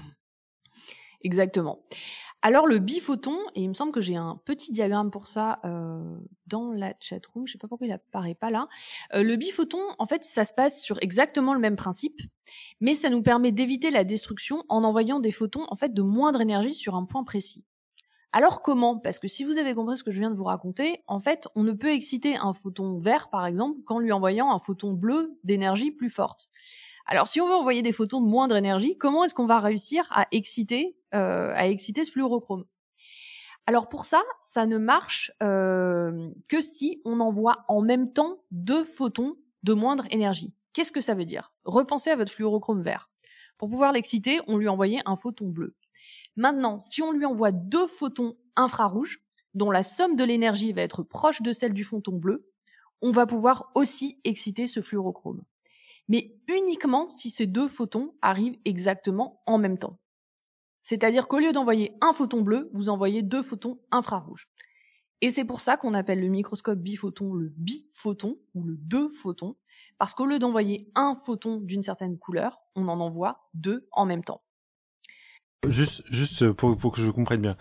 Exactement. Alors le biphoton, et il me semble que j'ai un petit diagramme pour ça euh, dans la chatroom, je sais pas pourquoi il apparaît pas là. Euh, le biphoton, en fait, ça se passe sur exactement le même principe, mais ça nous permet d'éviter la destruction en envoyant des photons en fait de moindre énergie sur un point précis. Alors comment ? Parce que si vous avez compris ce que je viens de vous raconter, en fait, on ne peut exciter un photon vert, par exemple, qu'en lui envoyant un photon bleu d'énergie plus forte. Alors, si on veut envoyer des photons de moindre énergie, comment est-ce qu'on va réussir à exciter, euh, à exciter ce fluorochrome ? Alors pour ça, ça ne marche euh, que si on envoie en même temps deux photons de moindre énergie. Qu'est-ce que ça veut dire ? Repensez à votre fluorochrome vert. Pour pouvoir l'exciter, on lui envoyait un photon bleu. Maintenant, si on lui envoie deux photons infrarouges, dont la somme de l'énergie va être proche de celle du photon bleu, on va pouvoir aussi exciter ce fluorochrome. Mais uniquement si ces deux photons arrivent exactement en même temps. C'est-à-dire qu'au lieu d'envoyer un photon bleu, vous envoyez deux photons infrarouges. Et c'est pour ça qu'on appelle le microscope biphoton le biphoton, ou le deux photons, parce qu'au lieu d'envoyer un photon d'une certaine couleur, on en envoie deux en même temps. Juste, juste pour, pour que je comprenne bien.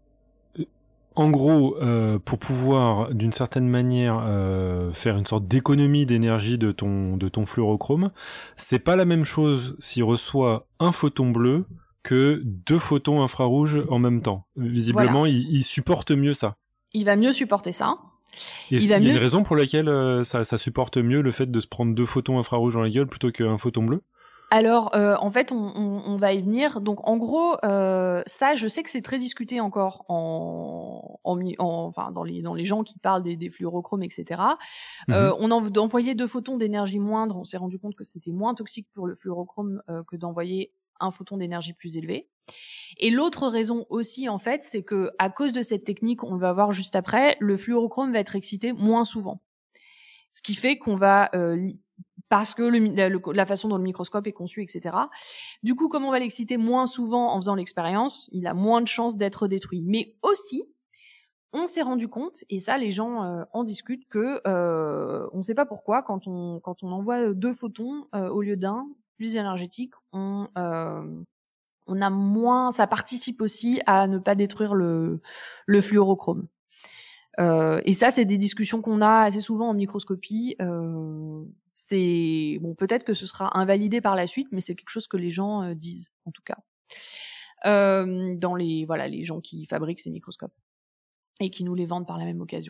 En gros, euh, pour pouvoir, d'une certaine manière, euh, faire une sorte d'économie d'énergie de ton de ton fluorochrome, c'est pas la même chose s'il reçoit un photon bleu que deux photons infrarouges en même temps. Visiblement, voilà. il, il supporte mieux ça. Il va mieux supporter ça. Et il, il va y a mieux... une raison pour laquelle euh, ça, ça supporte mieux le fait de se prendre deux photons infrarouges dans la gueule plutôt qu'un photon bleu ? Alors, euh, en fait, on, on, on va y venir. Donc, en gros, euh, ça, je sais que c'est très discuté encore en, en, en enfin, dans les dans les gens qui parlent des, des fluorochromes, et cetera. Mm-hmm. Euh, on en, d'envoyer deux photons d'énergie moindre, on s'est rendu compte que c'était moins toxique pour le fluorochrome euh, que d'envoyer un photon d'énergie plus élevé. Et l'autre raison aussi, en fait, c'est que à cause de cette technique, on va voir juste après, le fluorochrome va être excité moins souvent. Ce qui fait qu'on va euh, parce que le, la, le, la façon dont le microscope est conçu, et cetera. Du coup, comme on va l'exciter moins souvent en faisant l'expérience, il a moins de chances d'être détruit. Mais aussi, on s'est rendu compte, et ça, les gens euh, en discutent, que euh, on ne sait pas pourquoi, quand on quand on envoie deux photons euh, au lieu d'un, plus énergétique, on euh, on a moins, ça participe aussi à ne pas détruire le le fluorochrome. Euh, et ça, c'est des discussions qu'on a assez souvent en microscopie. Euh, c'est bon, peut-être que ce sera invalidé par la suite, mais c'est quelque chose que les gens euh, disent, en tout cas, euh, dans les voilà les gens qui fabriquent ces microscopes et qui nous les vendent par la même occasion.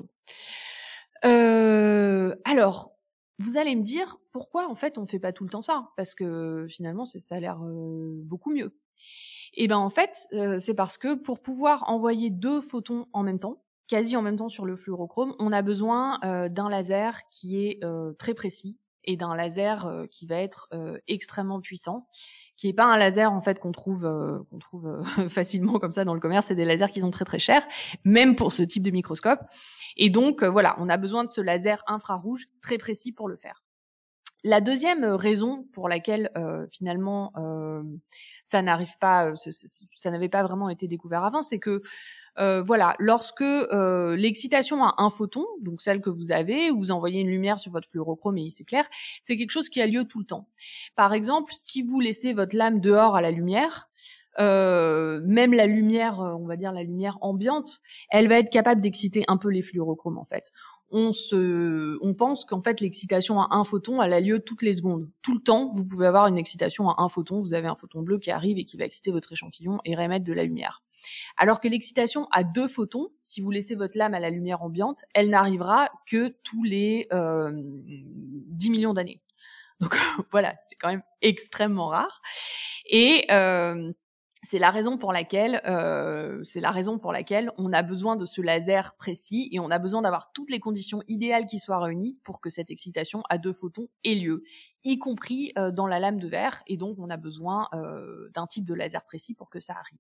Euh, alors, vous allez me dire pourquoi en fait on fait pas tout le temps ça, parce que finalement, c'est, ça a l'air euh, beaucoup mieux. Et ben en fait, euh, c'est parce que pour pouvoir envoyer deux photons en même temps, quasi en même temps sur le fluorochrome, on a besoin euh, d'un laser qui est euh, très précis et d'un laser euh, qui va être euh, extrêmement puissant, qui est pas un laser en fait qu'on trouve euh, qu'on trouve euh, facilement comme ça dans le commerce. C'est des lasers qui sont très très chers, même pour ce type de microscope. Et donc euh, voilà, on a besoin de ce laser infrarouge très précis pour le faire. La deuxième raison pour laquelle euh, finalement euh, ça n'arrive pas, ça, ça n'avait pas vraiment été découvert avant, c'est que euh, voilà, lorsque euh, l'excitation à un photon, donc celle que vous avez, où vous envoyez une lumière sur votre fluorochrome et il s'éclaire, c'est quelque chose qui a lieu tout le temps. Par exemple, si vous laissez votre lame dehors à la lumière, euh, même la lumière, on va dire la lumière ambiante, elle va être capable d'exciter un peu les fluorochromes en fait. On se, on pense qu'en fait l'excitation à un photon, elle a lieu toutes les secondes. Tout le temps, vous pouvez avoir une excitation à un photon. Vous avez un photon bleu qui arrive et qui va exciter votre échantillon et réémettre de la lumière. Alors que l'excitation à deux photons, si vous laissez votre lame à la lumière ambiante, elle n'arrivera que tous les euh, dix millions d'années. Donc voilà, c'est quand même extrêmement rare. Et euh, C'est la raison pour laquelle, euh, c'est la raison pour laquelle on a besoin de ce laser précis et on a besoin d'avoir toutes les conditions idéales qui soient réunies pour que cette excitation à deux photons ait lieu, y compris euh, dans la lame de verre. Et donc, on a besoin euh, d'un type de laser précis pour que ça arrive.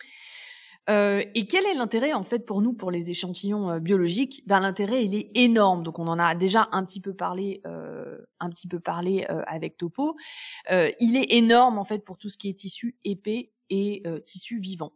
Euh, et quel est l'intérêt en fait pour nous, pour les échantillons euh, biologiques? Ben l'intérêt il est énorme. Donc on en a déjà un petit peu parlé, euh, un petit peu parlé euh, avec Topo. Euh, il est énorme en fait pour tout ce qui est tissu épais et euh, tissu vivant.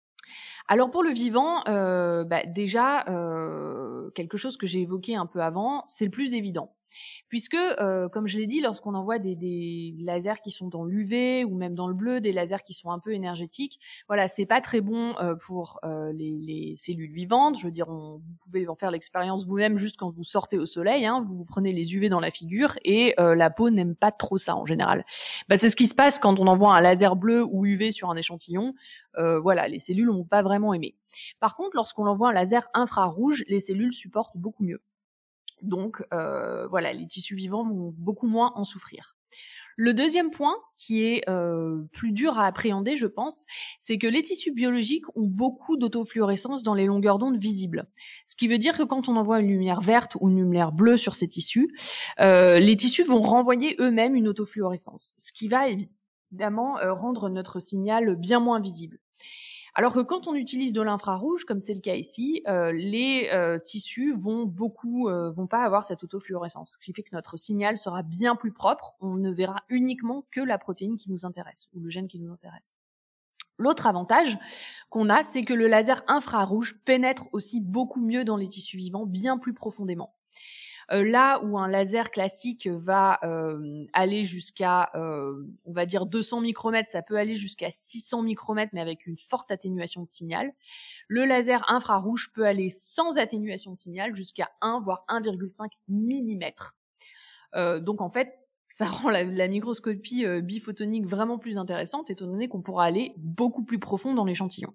Alors pour le vivant, euh, bah, déjà euh, quelque chose que j'ai évoqué un peu avant, c'est le plus évident. Puisque, euh, comme je l'ai dit, lorsqu'on envoie des, des lasers qui sont dans l'U V ou même dans le bleu, des lasers qui sont un peu énergétiques, voilà, c'est pas très bon euh, pour euh, les, les cellules vivantes. Je veux dire, on, vous pouvez en faire l'expérience vous-même juste quand vous sortez au soleil. Hein, vous vous prenez les U V dans la figure et euh, la peau n'aime pas trop ça en général. Bah, c'est ce qui se passe quand on envoie un laser bleu ou U V sur un échantillon. Euh, voilà, les cellules n'ont pas vraiment aimé. Par contre, lorsqu'on envoie un laser infrarouge, les cellules supportent beaucoup mieux. Donc euh, voilà, les tissus vivants vont beaucoup moins en souffrir. Le deuxième point, qui est euh, plus dur à appréhender, je pense, c'est que les tissus biologiques ont beaucoup d'autofluorescence dans les longueurs d'onde visibles. Ce qui veut dire que quand on envoie une lumière verte ou une lumière bleue sur ces tissus, euh, les tissus vont renvoyer eux-mêmes une autofluorescence, ce qui va évidemment euh, rendre notre signal bien moins visible. Alors que quand on utilise de l'infrarouge, comme c'est le cas ici, euh, les euh, tissus vont beaucoup, euh, vont pas avoir cette autofluorescence, ce qui fait que notre signal sera bien plus propre. On ne verra uniquement que la protéine qui nous intéresse ou le gène qui nous intéresse. L'autre avantage qu'on a, c'est que le laser infrarouge pénètre aussi beaucoup mieux dans les tissus vivants, bien plus profondément. Euh, là où un laser classique va euh, aller jusqu'à, euh, on va dire deux cents micromètres, ça peut aller jusqu'à six cents micromètres, mais avec une forte atténuation de signal. Le laser infrarouge peut aller sans atténuation de signal jusqu'à un voire un virgule cinq millimètres. Euh, donc en fait, ça rend la, la microscopie euh, biphotonique vraiment plus intéressante, étant donné qu'on pourra aller beaucoup plus profond dans l'échantillon.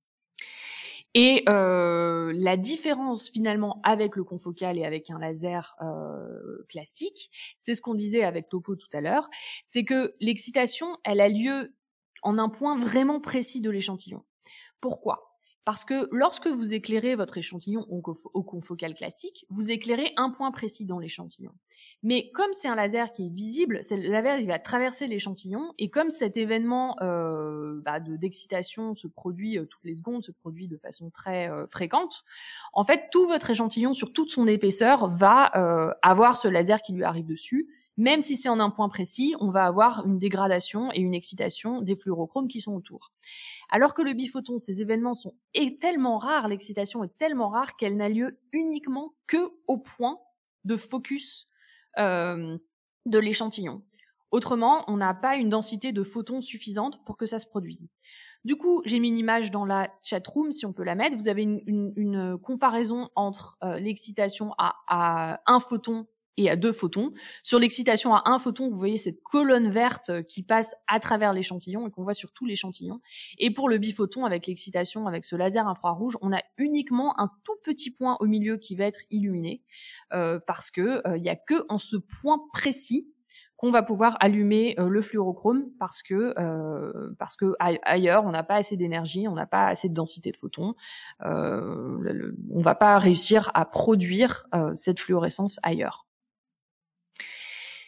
Et euh, la différence finalement avec le confocal et avec un laser euh, classique, c'est ce qu'on disait avec Topo tout à l'heure, c'est que l'excitation, elle a lieu en un point vraiment précis de l'échantillon. Pourquoi ? Parce que lorsque vous éclairez votre échantillon au, au confocal classique, vous éclairez un point précis dans l'échantillon. Mais comme c'est un laser qui est visible, c'est le laser il va traverser l'échantillon, et comme cet événement euh, bah, de, d'excitation se produit euh, toutes les secondes, se produit de façon très euh, fréquente, en fait tout votre échantillon sur toute son épaisseur va euh, avoir ce laser qui lui arrive dessus. Même si c'est en un point précis, on va avoir une dégradation et une excitation des fluorochromes qui sont autour. Alors que le biphoton, ces événements sont est tellement rares, l'excitation est tellement rare qu'elle n'a lieu uniquement que au point de focus euh, de l'échantillon. Autrement, on n'a pas une densité de photons suffisante pour que ça se produise. Du coup, j'ai mis une image dans la chatroom, si on peut la mettre. Vous avez une, une, une comparaison entre euh, l'excitation à, à un photon et à deux photons. Sur l'excitation à un photon, vous voyez cette colonne verte qui passe à travers l'échantillon et qu'on voit sur tout l'échantillon. Et pour le biphoton, avec l'excitation, avec ce laser infrarouge, on a uniquement un tout petit point au milieu qui va être illuminé, euh, parce que euh, il y a que en ce point précis qu'on va pouvoir allumer euh, le fluorochrome, parce que euh, parce que ailleurs on n'a pas assez d'énergie, on n'a pas assez de densité de photons, euh, le, le, on va pas réussir à produire euh, cette fluorescence ailleurs.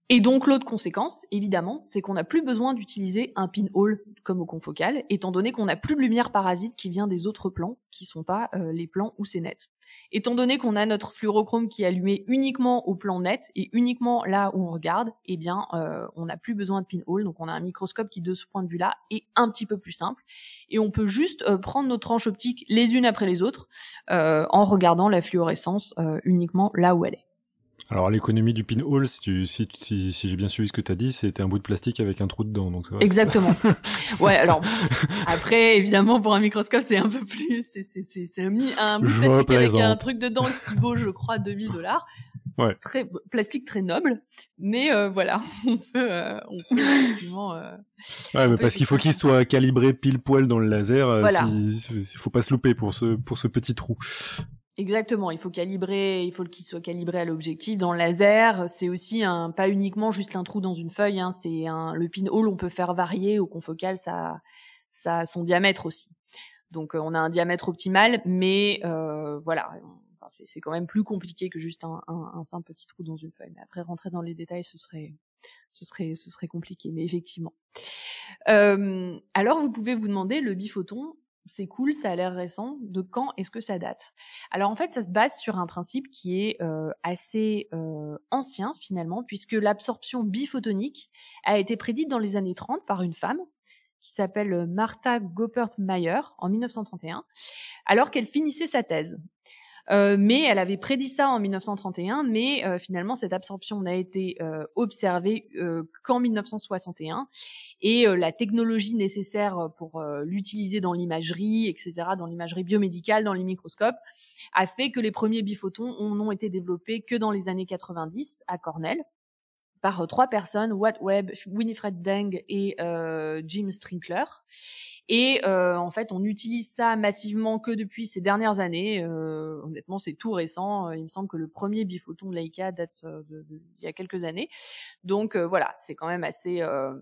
Et donc l'autre conséquence, évidemment, c'est qu'on n'a plus besoin d'utiliser un pinhole comme au confocal, étant donné qu'on n'a plus de lumière parasite qui vient des autres plans, qui sont pas euh, les plans où c'est net. Étant donné qu'on a notre fluorochrome qui est allumé uniquement au plan net et uniquement là où on regarde, eh bien, euh, on n'a plus besoin de pinhole, donc on a un microscope qui, de ce point de vue-là, est un petit peu plus simple. Et on peut juste euh, prendre nos tranches optiques les unes après les autres euh, en regardant la fluorescence euh, uniquement là où elle est. Alors l'économie du pinhole, si, tu, si, si, si j'ai bien suivi ce que tu as dit, c'était un bout de plastique avec un trou dedans. Donc ça va, exactement. C'est... Ouais, alors après évidemment pour un microscope c'est un peu plus, c'est c'est c'est, c'est un, un bout de plastique avec un truc dedans qui vaut je crois deux mille dollars. Ouais. Très plastique très noble, mais euh, voilà, on peut, euh, on peut effectivement. Euh, ouais, mais parce qu'il faut qu'il soit calibré pile poil dans le laser. Voilà. Il si, si, faut pas se louper pour ce pour ce petit trou. Exactement, il faut calibrer, il faut qu'il soit calibré à l'objectif. Dans le laser, c'est aussi un, pas uniquement juste un trou dans une feuille, hein, c'est un, le pinhole, on peut faire varier au confocal, ça, ça a son diamètre aussi. Donc, euh, on a un diamètre optimal, mais euh, voilà, enfin, c'est, c'est quand même plus compliqué que juste un, un, un simple petit trou dans une feuille. Mais après, rentrer dans les détails, ce serait, ce serait, ce serait compliqué. Mais effectivement. Euh, alors, vous pouvez vous demander, le biphoton, c'est cool, ça a l'air récent. De quand est-ce que ça date ? Alors en fait, ça se base sur un principe qui est euh, assez euh, ancien finalement, puisque l'absorption biphotonique a été prédite dans les années trente par une femme qui s'appelle Martha Goppert-Mayer en dix-neuf cent trente et un, alors qu'elle finissait sa thèse. Euh, mais elle avait prédit ça en dix-neuf cent trente et un, mais euh, finalement cette absorption n'a été euh, observée euh, qu'en dix-neuf cent soixante et un, et euh, la technologie nécessaire pour euh, l'utiliser dans l'imagerie, et cetera, dans l'imagerie biomédicale, dans les microscopes, a fait que les premiers biphotons n'ont été développés que dans les années quatre-vingt-dix à Cornell, par euh, trois personnes, Watt Webb, Winifred Deng et euh, Jim Strinkler. Et euh, en fait, on utilise ça massivement que depuis ces dernières années. Euh, honnêtement, c'est tout récent. Il me semble que le premier biphoton de Leica date de, de, de, il y a quelques années. Donc euh, voilà, c'est quand même assez euh,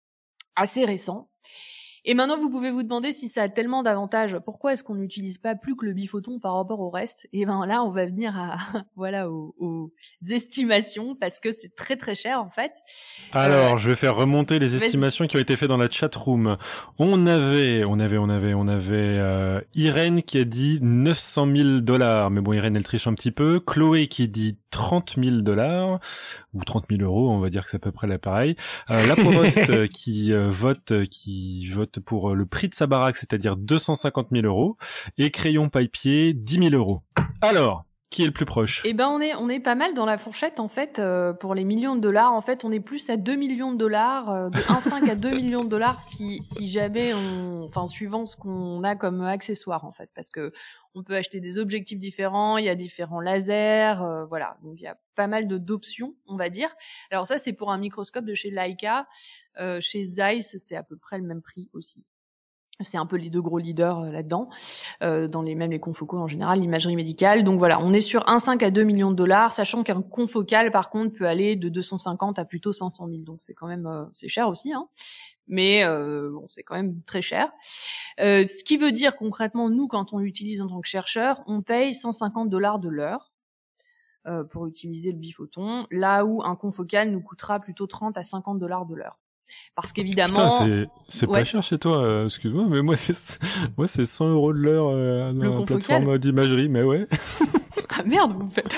assez récent. Et maintenant, vous pouvez vous demander si ça a tellement d'avantages. Pourquoi est-ce qu'on n'utilise pas plus que le biphoton par rapport au reste ? Et ben là, on va venir à voilà aux, aux estimations parce que c'est très très cher en fait. Alors, euh, je vais faire remonter les estimations vas-y. qui ont été faites dans la chat room. On avait, on avait, on avait, on avait euh, Irène qui a dit neuf cent mille dollars, mais bon, Irène elle triche un petit peu. Chloé qui dit trente mille dollars ou trente mille euros, on va dire que c'est à peu près l'appareil. Euh, la Poros qui euh, vote, qui vote pour le prix de sa baraque, c'est-à-dire deux cent cinquante mille euros, et Crayon Papier, dix mille euros. Alors, qui est le plus proche ? Eh ben, on est, on est pas mal dans la fourchette, en fait, euh, pour les millions de dollars. En fait, on est plus à deux millions de dollars, euh, de un virgule cinq à deux millions de dollars si, si jamais on, enfin, suivant ce qu'on a comme accessoire, en fait, parce que on peut acheter des objectifs différents, il y a différents lasers, euh, voilà. Donc, il y a pas mal de, d'options, on va dire. Alors ça, c'est pour un microscope de chez Leica. Euh, chez Zeiss, c'est à peu près le même prix aussi. C'est un peu les deux gros leaders euh, là-dedans, euh, dans les mêmes les confocaux en général, l'imagerie médicale. Donc voilà, on est sur un virgule cinq à deux millions de dollars, sachant qu'un confocal, par contre, peut aller de deux cent cinquante à plutôt cinq cent mille. Donc c'est quand même, euh, c'est cher aussi, hein. Mais euh, bon, c'est quand même très cher. Euh, ce qui veut dire concrètement, nous, quand on l'utilise en tant que chercheur, on paye cent cinquante dollars de l'heure euh, pour utiliser le biphoton, là où un confocal nous coûtera plutôt trente à cinquante dollars de l'heure. Parce qu'évidemment, putain, c'est c'est ouais. pas cher chez toi, euh, excuse-moi, mais moi c'est moi c'est cent euros de l'heure euh, dans la plateforme d'imagerie, mais ouais. Ah merde, vous faites.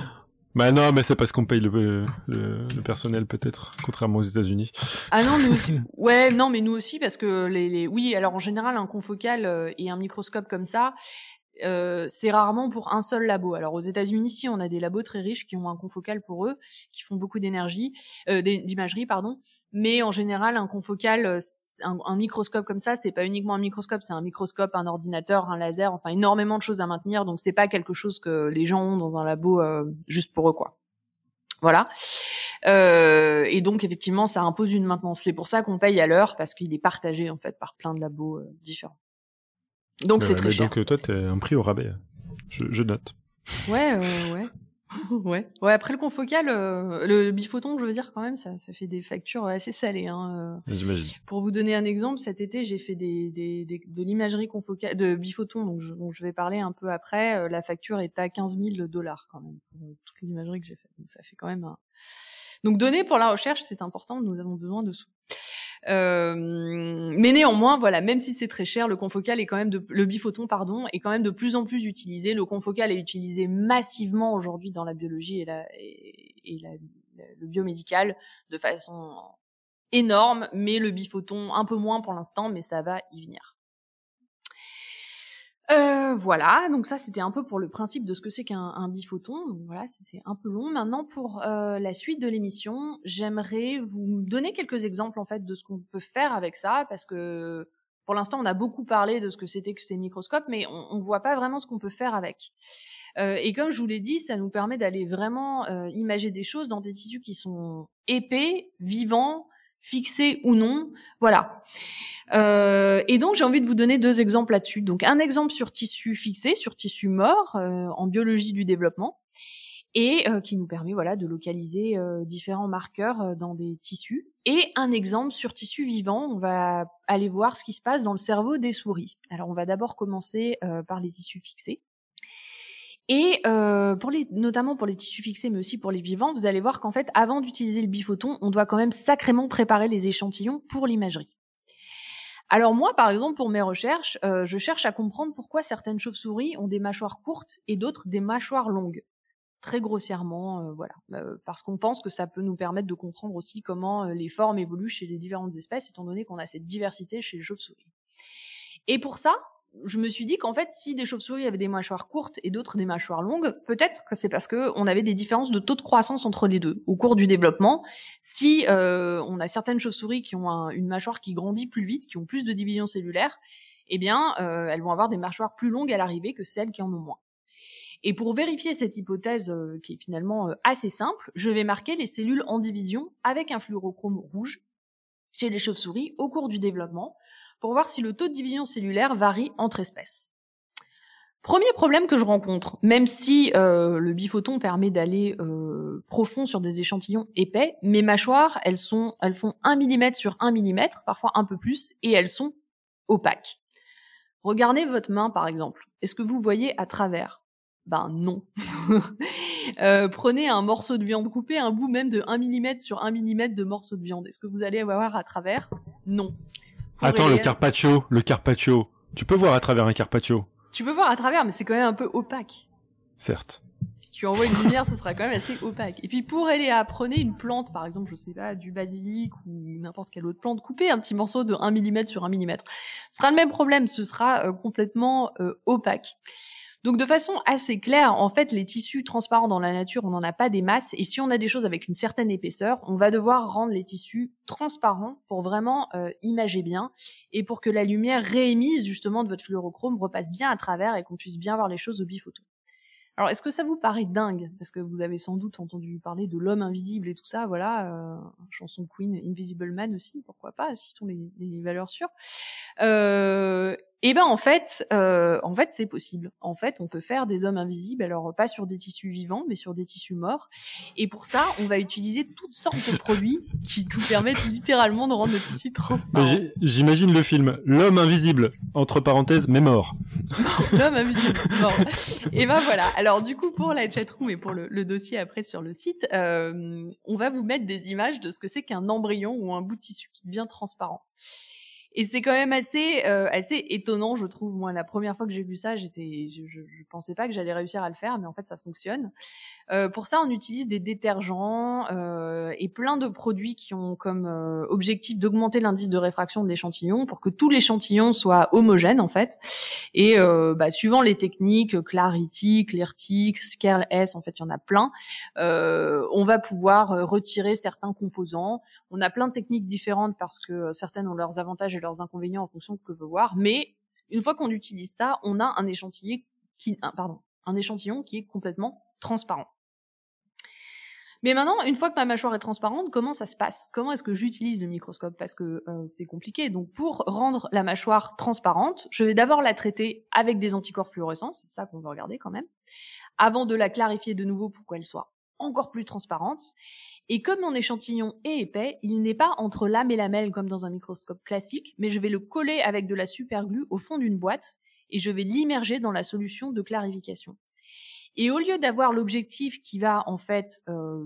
Bah non, mais c'est parce qu'on paye le, le, le personnel peut-être, contrairement aux États-Unis. Ah non, nous aussi. Ouais, non, mais nous aussi parce que les, les... oui, alors en général un confocal euh, et un microscope comme ça. Euh, c'est rarement pour un seul labo. Alors aux États-Unis, si on a des labos très riches qui ont un confocal pour eux, qui font beaucoup d'énergie, euh, d'imagerie, pardon. Mais en général, un confocal, un, un microscope comme ça, c'est pas uniquement un microscope, c'est un microscope, un ordinateur, un laser, enfin énormément de choses à maintenir. Donc c'est pas quelque chose que les gens ont dans un labo euh, juste pour eux, quoi. Voilà. Euh, et donc effectivement, ça impose une maintenance. C'est pour ça qu'on paye à l'heure parce qu'il est partagé en fait par plein de labos euh, différents. Donc euh, c'est très mais cher. Donc toi, t'es un prix au rabais. Je, je note. Ouais, euh, ouais. ouais. Ouais, après le confocal, euh, le biphoton, je veux dire quand même, ça, ça fait des factures assez salées. Hein. J'imagine. Pour vous donner un exemple, cet été, j'ai fait des, des, des de l'imagerie confocal, de biphoton, donc je, dont je vais parler un peu après. Euh, la facture est à quinze mille dollars quand même pour euh, toute l'imagerie que j'ai faite. Donc ça fait quand même un... Donc donner pour la recherche, c'est important, nous avons besoin de sous. Euh, mais néanmoins, voilà, même si c'est très cher, le confocal est quand même de, le biphoton, pardon, est quand même de plus en plus utilisé. Le confocal est utilisé massivement aujourd'hui dans la biologie et, la, et, et la, la, le biomédical de façon énorme, mais le biphoton un peu moins pour l'instant, mais ça va y venir. Euh, voilà, donc ça c'était un peu pour le principe de ce que c'est qu'un un biphoton. Donc voilà, c'était un peu long. Maintenant pour euh, la suite de l'émission, j'aimerais vous donner quelques exemples en fait de ce qu'on peut faire avec ça, parce que pour l'instant on a beaucoup parlé de ce que c'était que ces microscopes, mais on, on voit pas vraiment ce qu'on peut faire avec. Euh, et comme je vous l'ai dit, ça nous permet d'aller vraiment euh, imager des choses dans des tissus qui sont épais, vivants, fixés ou non. Voilà. Euh, et donc j'ai envie de vous donner deux exemples là-dessus. Donc un exemple sur tissu fixé, sur tissu mort, euh, en biologie du développement, et euh, qui nous permet voilà de localiser euh, différents marqueurs euh, dans des tissus. Et un exemple sur tissu vivant, on va aller voir ce qui se passe dans le cerveau des souris. Alors on va d'abord commencer euh, par les tissus fixés. Et euh, pour les, notamment pour les tissus fixés, mais aussi pour les vivants, vous allez voir qu'en fait, avant d'utiliser le biphoton, on doit quand même sacrément préparer les échantillons pour l'imagerie. Alors moi, par exemple, pour mes recherches, euh, je cherche à comprendre pourquoi certaines chauves-souris ont des mâchoires courtes et d'autres des mâchoires longues. Très grossièrement, euh, voilà. Euh, parce qu'on pense que ça peut nous permettre de comprendre aussi comment euh, les formes évoluent chez les différentes espèces, étant donné qu'on a cette diversité chez les chauves-souris. Et pour ça, je me suis dit qu'en fait, si des chauves-souris avaient des mâchoires courtes et d'autres des mâchoires longues, peut-être que c'est parce que on avait des différences de taux de croissance entre les deux au cours du développement. Si euh, on a certaines chauves-souris qui ont un, une mâchoire qui grandit plus vite, qui ont plus de division cellulaire, eh bien, euh, elles vont avoir des mâchoires plus longues à l'arrivée que celles qui en ont moins. Et pour vérifier cette hypothèse euh, qui est finalement euh, assez simple, je vais marquer les cellules en division avec un fluorochrome rouge chez les chauves-souris au cours du développement, pour voir si le taux de division cellulaire varie entre espèces. Premier problème que je rencontre, même si euh, le biphoton permet d'aller euh, profond sur des échantillons épais, mes mâchoires, elles sont, elles font un millimètre sur un millimètre, parfois un peu plus, et elles sont opaques. Regardez votre main, par exemple. Est-ce que vous voyez à travers? Ben non. euh, prenez un morceau de viande coupée, un bout même de un millimètre sur un millimètre de morceau de viande. Est-ce que vous allez avoir à travers? Non. Attends, le carpaccio, le carpaccio. Tu peux voir à travers un carpaccio. Tu peux voir à travers, mais c'est quand même un peu opaque. Certes. Si tu envoies une lumière, ce sera quand même assez opaque. Et puis pour aller à prenez une plante, par exemple, je sais pas, du basilic ou n'importe quelle autre plante, coupez un petit morceau de un millimètre sur un millimètre. Ce sera le même problème, ce sera euh, complètement euh, opaque. Donc de façon assez claire, en fait, les tissus transparents dans la nature, on n'en a pas des masses, et si on a des choses avec une certaine épaisseur, on va devoir rendre les tissus transparents pour vraiment euh, imager bien, et pour que la lumière réémise justement de votre fluorochrome repasse bien à travers et qu'on puisse bien voir les choses au biphoton. Alors, est-ce que ça vous paraît dingue? Parce que vous avez sans doute entendu parler de l'homme invisible et tout ça, voilà, euh, chanson Queen, Invisible Man aussi, pourquoi pas, citons les, les valeurs sûres. Euh, et ben en fait, euh, en fait c'est possible. En fait, on peut faire des hommes invisibles, alors pas sur des tissus vivants, mais sur des tissus morts. Et pour ça, on va utiliser toutes sortes de produits qui nous permettent littéralement de rendre le tissu transparent. J'ai- J'imagine le film L'homme invisible, entre parenthèses, mais mort. L'homme invisible. Mort. Et ben voilà. Alors du coup, pour la chatroom et pour le, le dossier après sur le site, euh, on va vous mettre des images de ce que c'est qu'un embryon ou un bout de tissu qui devient transparent. Et c'est quand même assez euh, assez étonnant, je trouve. Moi, la première fois que j'ai vu ça, j'étais, je, je, je pensais pas que j'allais réussir à le faire, mais en fait, ça fonctionne. Euh, pour ça, on utilise des détergents euh, et plein de produits qui ont comme euh, objectif d'augmenter l'indice de réfraction de l'échantillon pour que tout l'échantillon soit homogène en fait. Et euh, bah, suivant les techniques, Clarity, Cleartic, Scale S, en fait, il y en a plein. Euh, on va pouvoir euh, retirer certains composants. On a plein de techniques différentes parce que euh, certaines ont leurs avantages et leurs inconvénients en fonction de ce que veut voir. Mais une fois qu'on utilise ça, on a un échantillon qui, un, pardon, un échantillon qui est complètement transparent. Mais maintenant, une fois que ma mâchoire est transparente, comment ça se passe? Comment est-ce que j'utilise le microscope? Parce que euh, c'est compliqué. Donc, pour rendre la mâchoire transparente, je vais d'abord la traiter avec des anticorps fluorescents, c'est ça qu'on veut regarder quand même, avant de la clarifier de nouveau pour qu'elle soit encore plus transparente. Et comme mon échantillon est épais, il n'est pas entre lame et lamelle comme dans un microscope classique, mais je vais le coller avec de la superglue au fond d'une boîte et je vais l'immerger dans la solution de clarification. Et au lieu d'avoir l'objectif qui va en fait euh,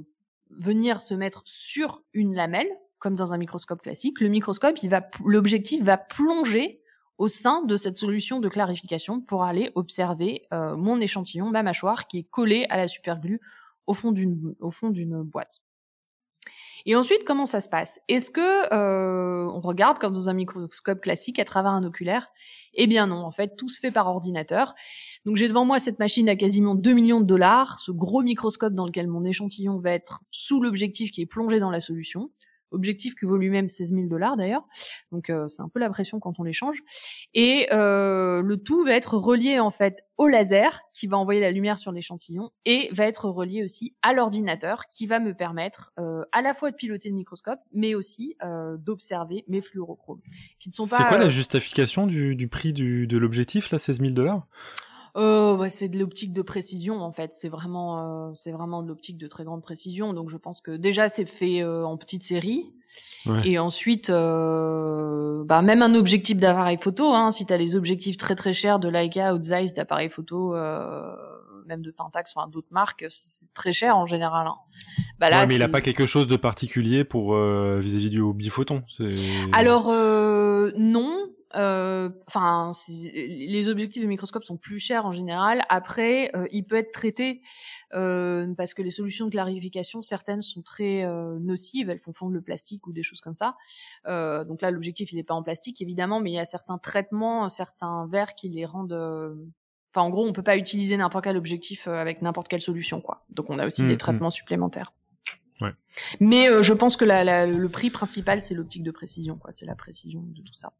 venir se mettre sur une lamelle, comme dans un microscope classique. Le microscope, il va, l'objectif va plonger au sein de cette solution de clarification pour aller observer euh, mon échantillon, ma mâchoire, qui est collée à la superglue au fond d'une, au fond d'une boîte. Et ensuite, comment ça se passe? Est-ce que euh, on regarde comme dans un microscope classique à travers un oculaire? Eh bien non, en fait, tout se fait par ordinateur. Donc j'ai devant moi cette machine à quasiment deux millions de dollars, ce gros microscope dans lequel mon échantillon va être sous l'objectif qui est plongé dans la solution. Objectif qui vaut lui-même seize mille dollars d'ailleurs, donc euh, c'est un peu la pression quand on l'échange. Et euh, le tout va être relié en fait au laser qui va envoyer la lumière sur l'échantillon et va être relié aussi à l'ordinateur qui va me permettre euh, à la fois de piloter le microscope, mais aussi euh, d'observer mes fluorochromes, qui ne sont pas. C'est quoi euh, la justification du, du prix du, de l'objectif là, seize mille dollars? Euh, bah, c'est de l'optique de précision en fait. C'est vraiment, euh, c'est vraiment de l'optique de très grande précision. Donc je pense que déjà c'est fait euh, en petite série. Ouais. Et ensuite, euh, bah même un objectif d'appareil photo. Hein, si t'as les objectifs très très chers de Leica ou de Zeiss d'appareil photo, euh, même de Pentax, enfin d'autres marques, c'est très cher en général. Hein. Bah là, ouais, mais c'est... il a pas quelque chose de particulier pour euh, vis-à-vis du biphoton. C'est... Alors euh, non. Enfin, euh, les objectifs de microscope sont plus chers en général. Après, euh, il peut être traité euh, parce que les solutions de clarification, certaines sont très euh, nocives, elles font fondre le plastique ou des choses comme ça. Euh, donc là, l'objectif il n'est pas en plastique évidemment, mais il y a certains traitements, certains verres qui les rendent. Euh... Enfin, en gros, on peut pas utiliser n'importe quel objectif avec n'importe quelle solution, quoi. Donc, on a aussi mmh, des traitements mmh. supplémentaires. Ouais. Mais euh, je pense que la, la, le prix principal, c'est l'optique de précision, quoi. C'est la précision de tout ça.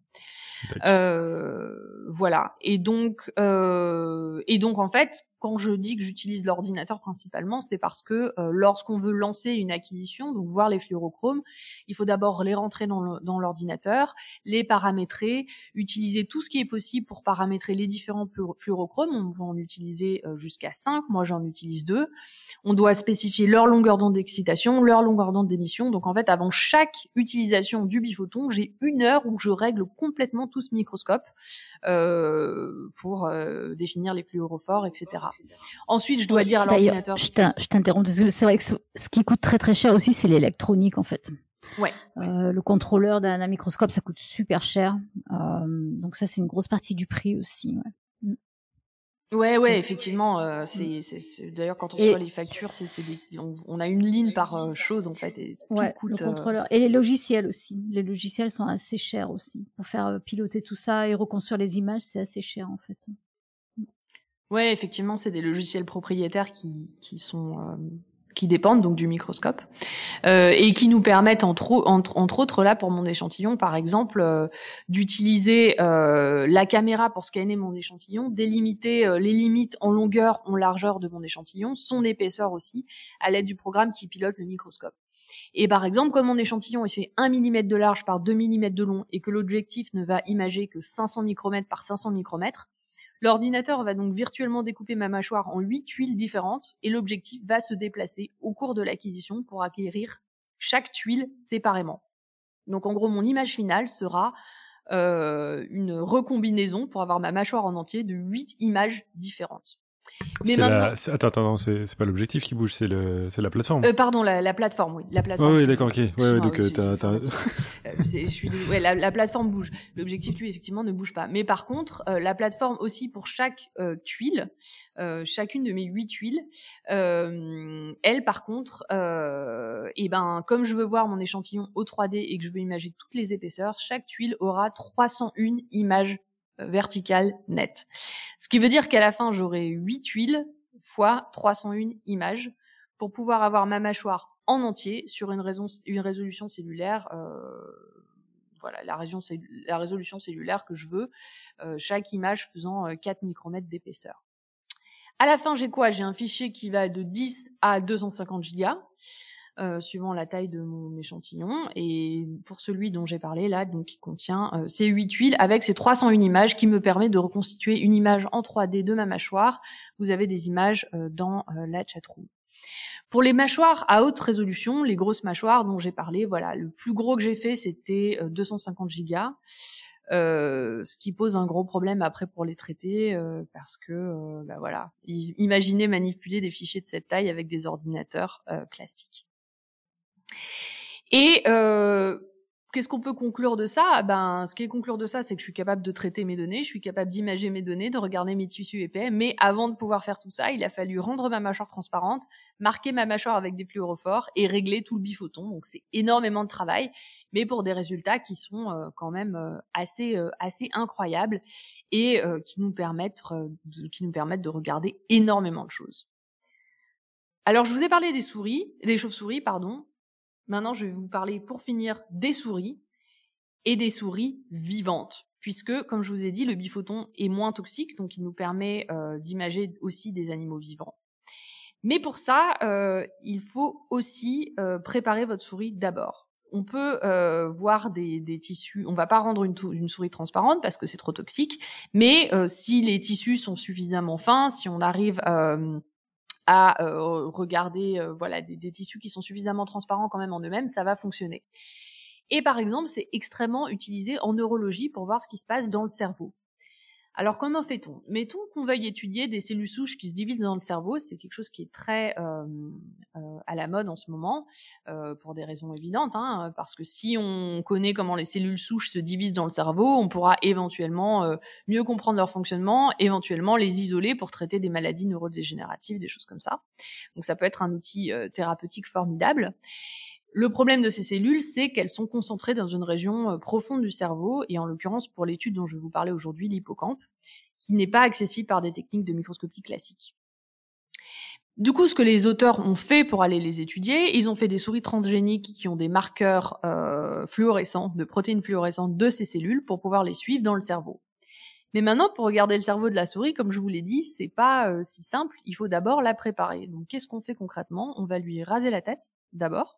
Euh, voilà. Et donc, euh, et donc en fait, quand je dis que j'utilise l'ordinateur principalement, c'est parce que euh, lorsqu'on veut lancer une acquisition, donc voir les fluorochromes, il faut d'abord les rentrer dans, le, dans l'ordinateur, les paramétrer, utiliser tout ce qui est possible pour paramétrer les différents fluorochromes. On peut en utiliser euh, jusqu'à cinq. Moi, j'en utilise deux. On doit spécifier leur longueur d'onde d'excitation, leur longueur d'onde d'émission. Donc en fait, avant chaque utilisation du biphoton, j'ai une heure où je règle complètement tout ce microscope euh, pour euh, définir les fluorophores, et cetera. Ensuite, je dois dire à l'ordinateur... Je t'interromps, c'est vrai que ce qui coûte très très cher aussi, c'est l'électronique en fait. Ouais. Euh, le contrôleur d'un microscope, ça coûte super cher. Euh, donc ça, c'est une grosse partie du prix aussi. Ouais. Ouais, ouais, effectivement, euh, c'est, c'est, c'est, d'ailleurs quand on reçoit les factures, c'est, c'est des, on, on a une ligne par euh, chose en fait, et tout ouais, coûte. Le contrôleur euh... et les logiciels aussi. Les logiciels sont assez chers aussi pour faire piloter tout ça et reconstruire les images, c'est assez cher en fait. Ouais, effectivement, c'est des logiciels propriétaires qui qui sont euh, qui dépendent donc du microscope euh, et qui nous permettent entre, entre entre autres là pour mon échantillon par exemple euh, d'utiliser euh, la caméra pour scanner mon échantillon, délimiter euh, les limites en longueur, en largeur de mon échantillon, son épaisseur aussi à l'aide du programme qui pilote le microscope. Et par exemple, comme mon échantillon est fait un millimètre de large par deux millimètres de long et que l'objectif ne va imager que cinq cents micromètres par cinq cents micromètres, l'ordinateur va donc virtuellement découper ma mâchoire en huit tuiles différentes et l'objectif va se déplacer au cours de l'acquisition pour acquérir chaque tuile séparément. Donc en gros, mon image finale sera euh, une recombinaison pour avoir ma mâchoire en entier de huit images différentes. Mais c'est maintenant... la... c'est... Attends, attends, non, c'est, c'est pas l'objectif qui bouge, c'est, le... c'est la plateforme. Euh, pardon, la, la plateforme, oui. La plateforme. Oh, oui, d'accord, ok. Ouais, ouais, donc oui, t'as... t'as... je suis... ouais, la, la plateforme bouge. L'objectif, lui, effectivement, ne bouge pas. Mais par contre, euh, la plateforme aussi, pour chaque euh, tuile, euh, chacune de mes huit tuiles, euh, elle, par contre, euh, et ben, comme je veux voir mon échantillon au trois D et que je veux imager toutes les épaisseurs, chaque tuile aura trois cent un images verticale nette. Ce qui veut dire qu'à la fin, j'aurai huit tuiles fois trois cent un images pour pouvoir avoir ma mâchoire en entier sur une, raison, une résolution cellulaire, euh, voilà, la, région, la résolution cellulaire que je veux, euh, chaque image faisant euh, quatre micromètres d'épaisseur. À la fin, j'ai quoi? J'ai un fichier qui va de dix à deux cent cinquante gigas. Euh, suivant la taille de mon échantillon, et pour celui dont j'ai parlé là, donc qui contient euh, ces huit tuiles avec ces trois cent un images qui me permet de reconstituer une image en trois D de ma mâchoire. Vous avez des images euh, dans euh, la chatroom. Pour les mâchoires à haute résolution, les grosses mâchoires dont j'ai parlé, voilà, le plus gros que j'ai fait c'était euh, deux cent cinquante gigas. Euh, ce qui pose un gros problème après pour les traiter euh, parce que euh, bah voilà, imaginez manipuler des fichiers de cette taille avec des ordinateurs euh, classiques. Et euh, qu'est-ce qu'on peut conclure de ça? Ben, ce qui est conclure de ça, c'est que je suis capable de traiter mes données, je suis capable d'imager mes données, de regarder mes tissus épais. Mais avant de pouvoir faire tout ça, il a fallu rendre ma mâchoire transparente, marquer ma mâchoire avec des fluorophores et régler tout le biphoton. Donc c'est énormément de travail, mais pour des résultats qui sont euh, quand même euh, assez euh, assez incroyables et euh, qui nous permettent euh, de, qui nous permettent de regarder énormément de choses. Alors je vous ai parlé des souris, des chauves-souris, pardon. Maintenant, je vais vous parler, pour finir, des souris et des souris vivantes, puisque, comme je vous ai dit, le biphoton est moins toxique, donc il nous permet euh, d'imager aussi des animaux vivants. Mais pour ça, euh, il faut aussi euh, préparer votre souris d'abord. On peut euh, voir des, des tissus, on va pas rendre une, une souris transparente parce que c'est trop toxique, mais euh, si les tissus sont suffisamment fins, si on arrive... Euh, à euh, regarder euh, voilà des, des tissus qui sont suffisamment transparents quand même en eux-mêmes, ça va fonctionner. Et par exemple, c'est extrêmement utilisé en neurologie pour voir ce qui se passe dans le cerveau. Alors comment fait-on? Mettons qu'on veuille étudier des cellules souches qui se divisent dans le cerveau, c'est quelque chose qui est très euh, euh, à la mode en ce moment, euh, pour des raisons évidentes, hein, parce que si on connaît comment les cellules souches se divisent dans le cerveau, on pourra éventuellement euh, mieux comprendre leur fonctionnement, éventuellement les isoler pour traiter des maladies neurodégénératives, des choses comme ça. Donc ça peut être un outil euh, thérapeutique formidable. Le problème de ces cellules, c'est qu'elles sont concentrées dans une région profonde du cerveau, et en l'occurrence, pour l'étude dont je vais vous parler aujourd'hui, l'hippocampe, qui n'est pas accessible par des techniques de microscopie classiques. Du coup, ce que les auteurs ont fait pour aller les étudier, ils ont fait des souris transgéniques qui ont des marqueurs euh, fluorescents, de protéines fluorescentes de ces cellules, pour pouvoir les suivre dans le cerveau. Mais maintenant, pour regarder le cerveau de la souris, comme je vous l'ai dit, c'est pas euh, si simple, il faut d'abord la préparer. Donc qu'est-ce qu'on fait concrètement? On va lui raser la tête, d'abord,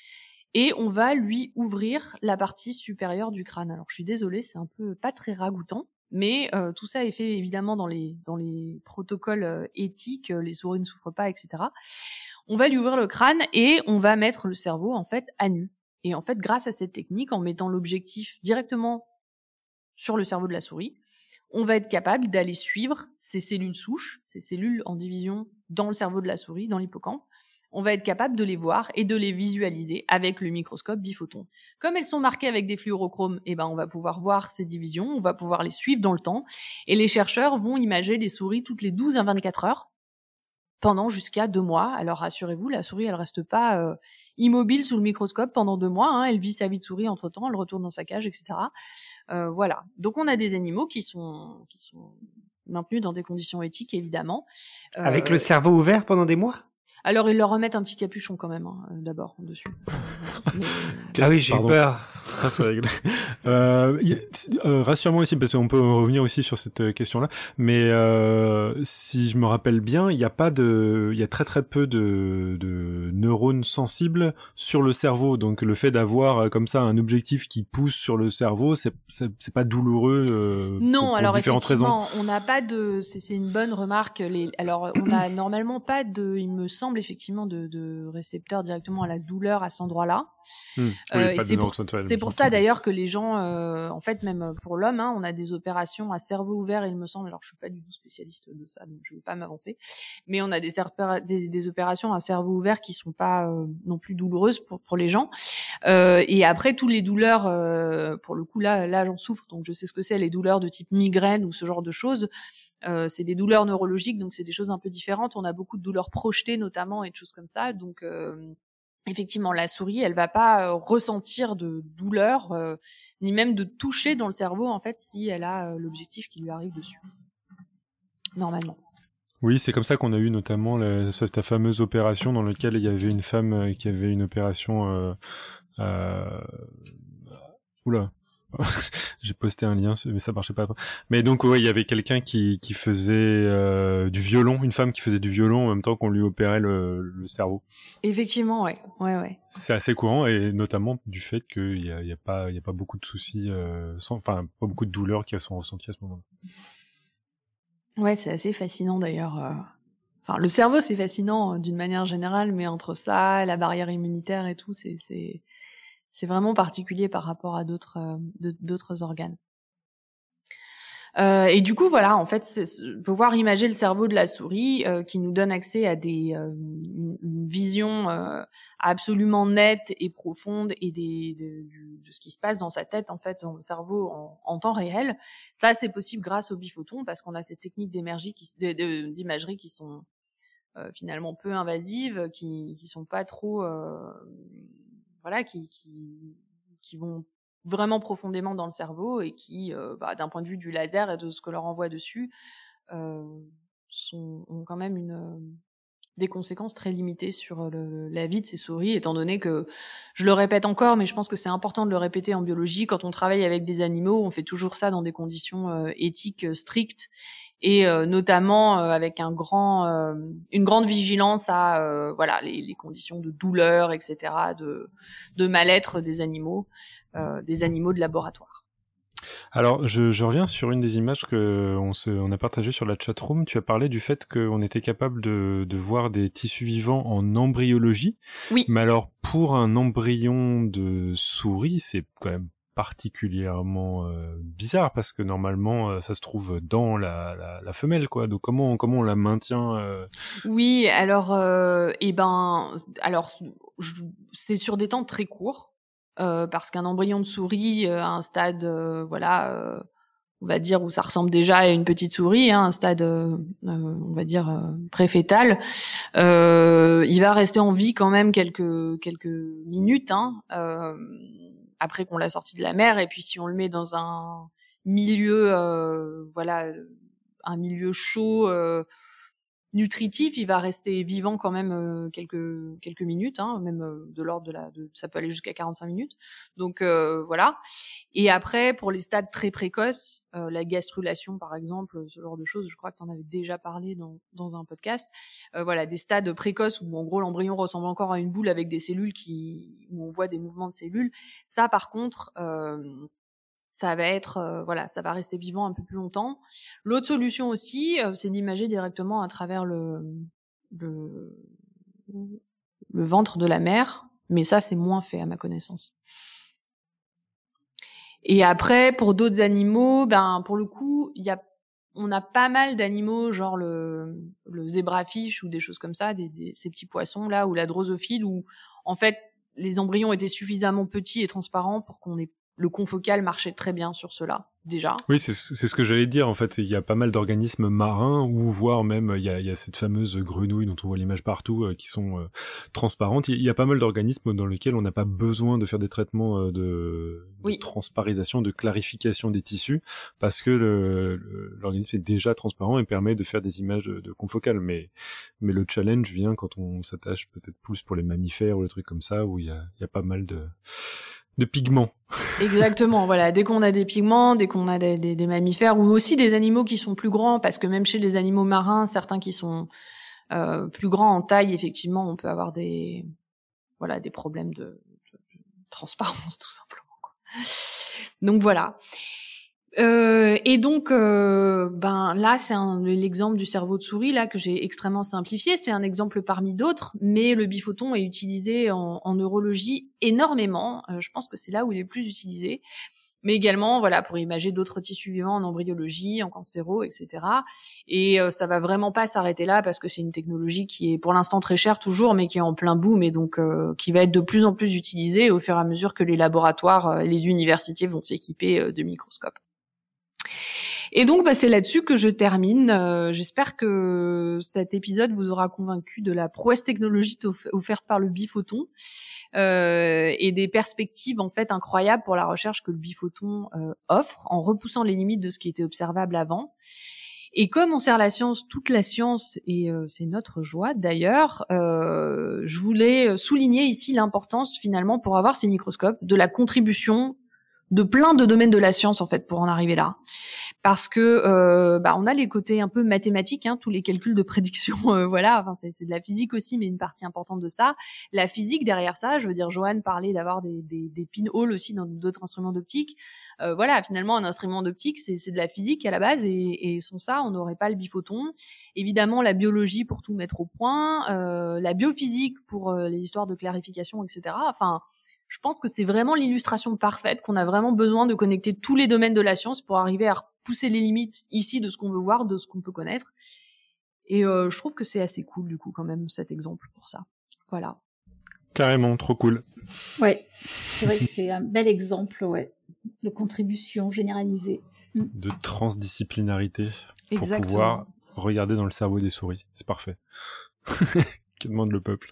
et on va lui ouvrir la partie supérieure du crâne. Alors je suis désolée, c'est un peu pas très ragoûtant, mais euh, tout ça est fait évidemment dans les dans les protocoles euh, éthiques, euh, les souris ne souffrent pas, et cetera. On va lui ouvrir le crâne et on va mettre le cerveau en fait à nu. Et en fait, grâce à cette technique, en mettant l'objectif directement sur le cerveau de la souris, on va être capable d'aller suivre ces cellules souches, ces cellules en division dans le cerveau de la souris, dans l'hippocampe. On va être capable de les voir et de les visualiser avec le microscope biphoton. Comme elles sont marquées avec des fluorochromes, eh ben on va pouvoir voir ces divisions, on va pouvoir les suivre dans le temps, et les chercheurs vont imager les souris toutes les douze à vingt-quatre heures, pendant jusqu'à deux mois. Alors rassurez-vous, la souris, elle reste pas euh, immobile sous le microscope pendant deux mois, hein, elle vit sa vie de souris entre-temps, elle retourne dans sa cage, et cetera. Euh, voilà. Donc on a des animaux qui sont, qui sont maintenus dans des conditions éthiques, évidemment. Euh, Avec le cerveau ouvert pendant des mois? Alors, ils leur remettent un petit capuchon quand même, hein, d'abord, dessus. Mais... Ah oui, j'ai eu peur. Ça peut régler. euh, euh, Rassure-moi aussi, parce qu'on peut revenir aussi sur cette question-là, mais euh, si je me rappelle bien, il n'y a pas de... Il y a très très peu de, de neurones sensibles sur le cerveau, donc le fait d'avoir comme ça un objectif qui pousse sur le cerveau, c'est, c'est, c'est pas douloureux euh, non, pour, pour alors différentes effectivement, raisons. On n'a pas de... C'est, c'est une bonne remarque. Les... Alors, on n'a normalement pas de... Il me semble effectivement de, de récepteurs directement à la douleur à cet endroit-là. Mmh. Oui, euh, et c'est c'est pour, c'est pour ça d'ailleurs que les gens, euh, en fait même pour l'homme, hein, on a des opérations à cerveau ouvert, il me semble, alors je suis pas du tout spécialiste de ça, donc je vais pas m'avancer, mais on a des, des, des opérations à cerveau ouvert qui sont pas euh, non plus douloureuses pour, pour les gens. Euh, et après, tous les douleurs, euh, pour le coup là, là j'en souffre, donc je sais ce que c'est, les douleurs de type migraine ou ce genre de choses. Euh, c'est des douleurs neurologiques, donc c'est des choses un peu différentes. On a beaucoup de douleurs projetées notamment et de choses comme ça. Donc euh, effectivement, la souris, elle va pas euh, ressentir de douleur, euh, ni même de toucher dans le cerveau en fait si elle a euh, l'objectif qui lui arrive dessus. Normalement. Oui, c'est comme ça qu'on a eu notamment la, cette fameuse opération dans laquelle il y avait une femme qui avait une opération. Euh, euh... Oula. J'ai posté un lien, mais ça marchait pas. Mais donc ouais, il y avait quelqu'un qui qui faisait euh, du violon, une femme qui faisait du violon en même temps qu'on lui opérait le, le cerveau. Effectivement, ouais, ouais, ouais. C'est assez courant et notamment du fait qu'il y a, il y a pas, il y a pas beaucoup de soucis, euh, sans, enfin pas beaucoup de douleurs qui sont ressenties à ce moment-là. Ouais, c'est assez fascinant d'ailleurs. Euh... Enfin, le cerveau c'est fascinant euh, d'une manière générale, mais entre ça, la barrière immunitaire et tout, c'est c'est c'est vraiment particulier par rapport à d'autres, euh, de, d'autres organes. Euh, et du coup, voilà, en fait, c'est, pouvoir imager le cerveau de la souris euh, qui nous donne accès à des euh, une, une vision euh, absolument nette et profonde et des, de, du, de ce qui se passe dans sa tête, en fait, dans le cerveau en, en temps réel. Ça, c'est possible grâce au biphotons parce qu'on a ces techniques d'énergie, qui, de, de, d'imagerie qui sont euh, finalement peu invasives, qui, qui sont pas trop, euh, voilà, qui, qui, qui vont vraiment profondément dans le cerveau et qui, euh, bah, d'un point de vue du laser et de ce que leur envoie dessus, euh, sont, ont quand même une, euh, des conséquences très limitées sur le, la vie de ces souris, étant donné que, je le répète encore, mais je pense que c'est important de le répéter en biologie, quand on travaille avec des animaux, on fait toujours ça dans des conditions euh, éthiques strictes, et euh, notamment euh, avec un grand, euh, une grande vigilance à euh, voilà les, les conditions de douleur, et cetera, de, de mal-être des animaux, euh, des animaux de laboratoire. Alors, je, je reviens sur une des images que on, se, on a partagées sur la chatroom. Tu as parlé du fait qu'on était capable de, de voir des tissus vivants en embryologie. Oui. Mais alors, pour un embryon de souris, c'est quand même particulièrement euh, bizarre parce que normalement euh, ça se trouve dans la, la, la femelle, quoi. Donc comment comment on la maintient euh... Oui, alors euh, eh ben alors je, c'est sur des temps très courts euh, parce qu'un embryon de souris euh, à un stade euh, voilà euh, on va dire où ça ressemble déjà à une petite souris, hein, un stade euh, euh, on va dire euh, préfétal, euh, il va rester en vie quand même quelques quelques minutes, hein. Euh, après qu'on l'a sorti de la mer, et puis si on le met dans un milieu, euh, voilà, un milieu chaud, euh, nutritif, il va rester vivant quand même euh, quelques quelques minutes, hein, même euh, de l'ordre de la, de, ça peut aller jusqu'à quarante-cinq minutes. Donc euh, voilà. Et après, pour les stades très précoces, euh, la gastrulation par exemple, ce genre de choses, je crois que tu en avais déjà parlé dans dans un podcast. Euh, voilà, des stades précoces où en gros l'embryon ressemble encore à une boule avec des cellules qui, où on voit des mouvements de cellules. Ça, par contre. Euh, ça va être euh, voilà, ça va rester vivant un peu plus longtemps. L'autre solution aussi, euh, c'est d'imager directement à travers le, le le ventre de la mère, mais ça c'est moins fait à ma connaissance. Et après pour d'autres animaux, ben pour le coup, il y a on a pas mal d'animaux genre le le zébrafiche ou des choses comme ça, des, des ces petits poissons là, ou la drosophile, où en fait les embryons étaient suffisamment petits et transparents pour qu'on ait le confocal marchait très bien sur cela, déjà. Oui, c'est, c'est ce que j'allais dire, en fait. Il y a pas mal d'organismes marins, ou voire même, il y a, il y a cette fameuse grenouille dont on voit l'image partout, euh, qui sont euh, transparentes. Il y a pas mal d'organismes dans lesquels on n'a pas besoin de faire des traitements euh, de, oui. de transparisation, de clarification des tissus, parce que le, le, l'organisme est déjà transparent et permet de faire des images de, de confocal. Mais, mais le challenge vient quand on s'attache peut-être plus pour les mammifères ou les trucs comme ça, où il y a, il y a pas mal de... de pigments. Exactement, voilà. Dès qu'on a des pigments, dès qu'on a des, des, des mammifères, ou aussi des animaux qui sont plus grands, parce que même chez les animaux marins, certains qui sont euh, plus grands en taille, effectivement, on peut avoir des, voilà, des problèmes de, de, de transparence, tout simplement, quoi. Donc voilà. Euh, et donc, euh, ben là, c'est un, l'exemple du cerveau de souris là que j'ai extrêmement simplifié. C'est un exemple parmi d'autres, mais le biphoton est utilisé en, en neurologie énormément. Euh, je pense que c'est là où il est le plus utilisé, mais également, voilà, pour imager d'autres tissus vivants en embryologie, en cancéro, et cetera. Et euh, ça va vraiment pas s'arrêter là parce que c'est une technologie qui est pour l'instant très chère toujours, mais qui est en plein boom et donc euh, qui va être de plus en plus utilisée au fur et à mesure que les laboratoires, euh, les universités vont s'équiper euh, de microscopes. Et donc, bah, c'est là-dessus que je termine. Euh, j'espère que cet épisode vous aura convaincu de la prouesse technologique off- offerte par le biphoton euh, et des perspectives en fait incroyables pour la recherche que le biphoton euh, offre en repoussant les limites de ce qui était observable avant. Et comme on sert la science, toute la science, et euh, c'est notre joie d'ailleurs, euh, je voulais souligner ici l'importance finalement pour avoir ces microscopes de la contribution de plein de domaines de la science en fait pour en arriver là, parce que euh, bah on a les côtés un peu mathématiques, hein, tous les calculs de prédiction, euh, voilà, enfin c'est, c'est de la physique aussi, mais une partie importante de ça, la physique derrière ça, je veux dire, Johan parlait d'avoir des, des, des pinholes aussi dans d'autres instruments d'optique, euh, voilà, finalement un instrument d'optique c'est, c'est de la physique à la base, et, et sans ça on n'aurait pas le biphoton. Évidemment la biologie pour tout mettre au point, euh, la biophysique pour euh, les histoires de clarification, et cetera. Enfin, je pense que c'est vraiment l'illustration parfaite, qu'on a vraiment besoin de connecter tous les domaines de la science pour arriver à repousser les limites ici de ce qu'on veut voir, de ce qu'on peut connaître. Et euh, je trouve que c'est assez cool du coup quand même cet exemple pour ça. Voilà. Carrément, trop cool. Ouais, c'est vrai que c'est un bel exemple, ouais, de contribution généralisée. Mm. De transdisciplinarité pour Exactement. pouvoir regarder dans le cerveau des souris. C'est parfait. Que demande le peuple?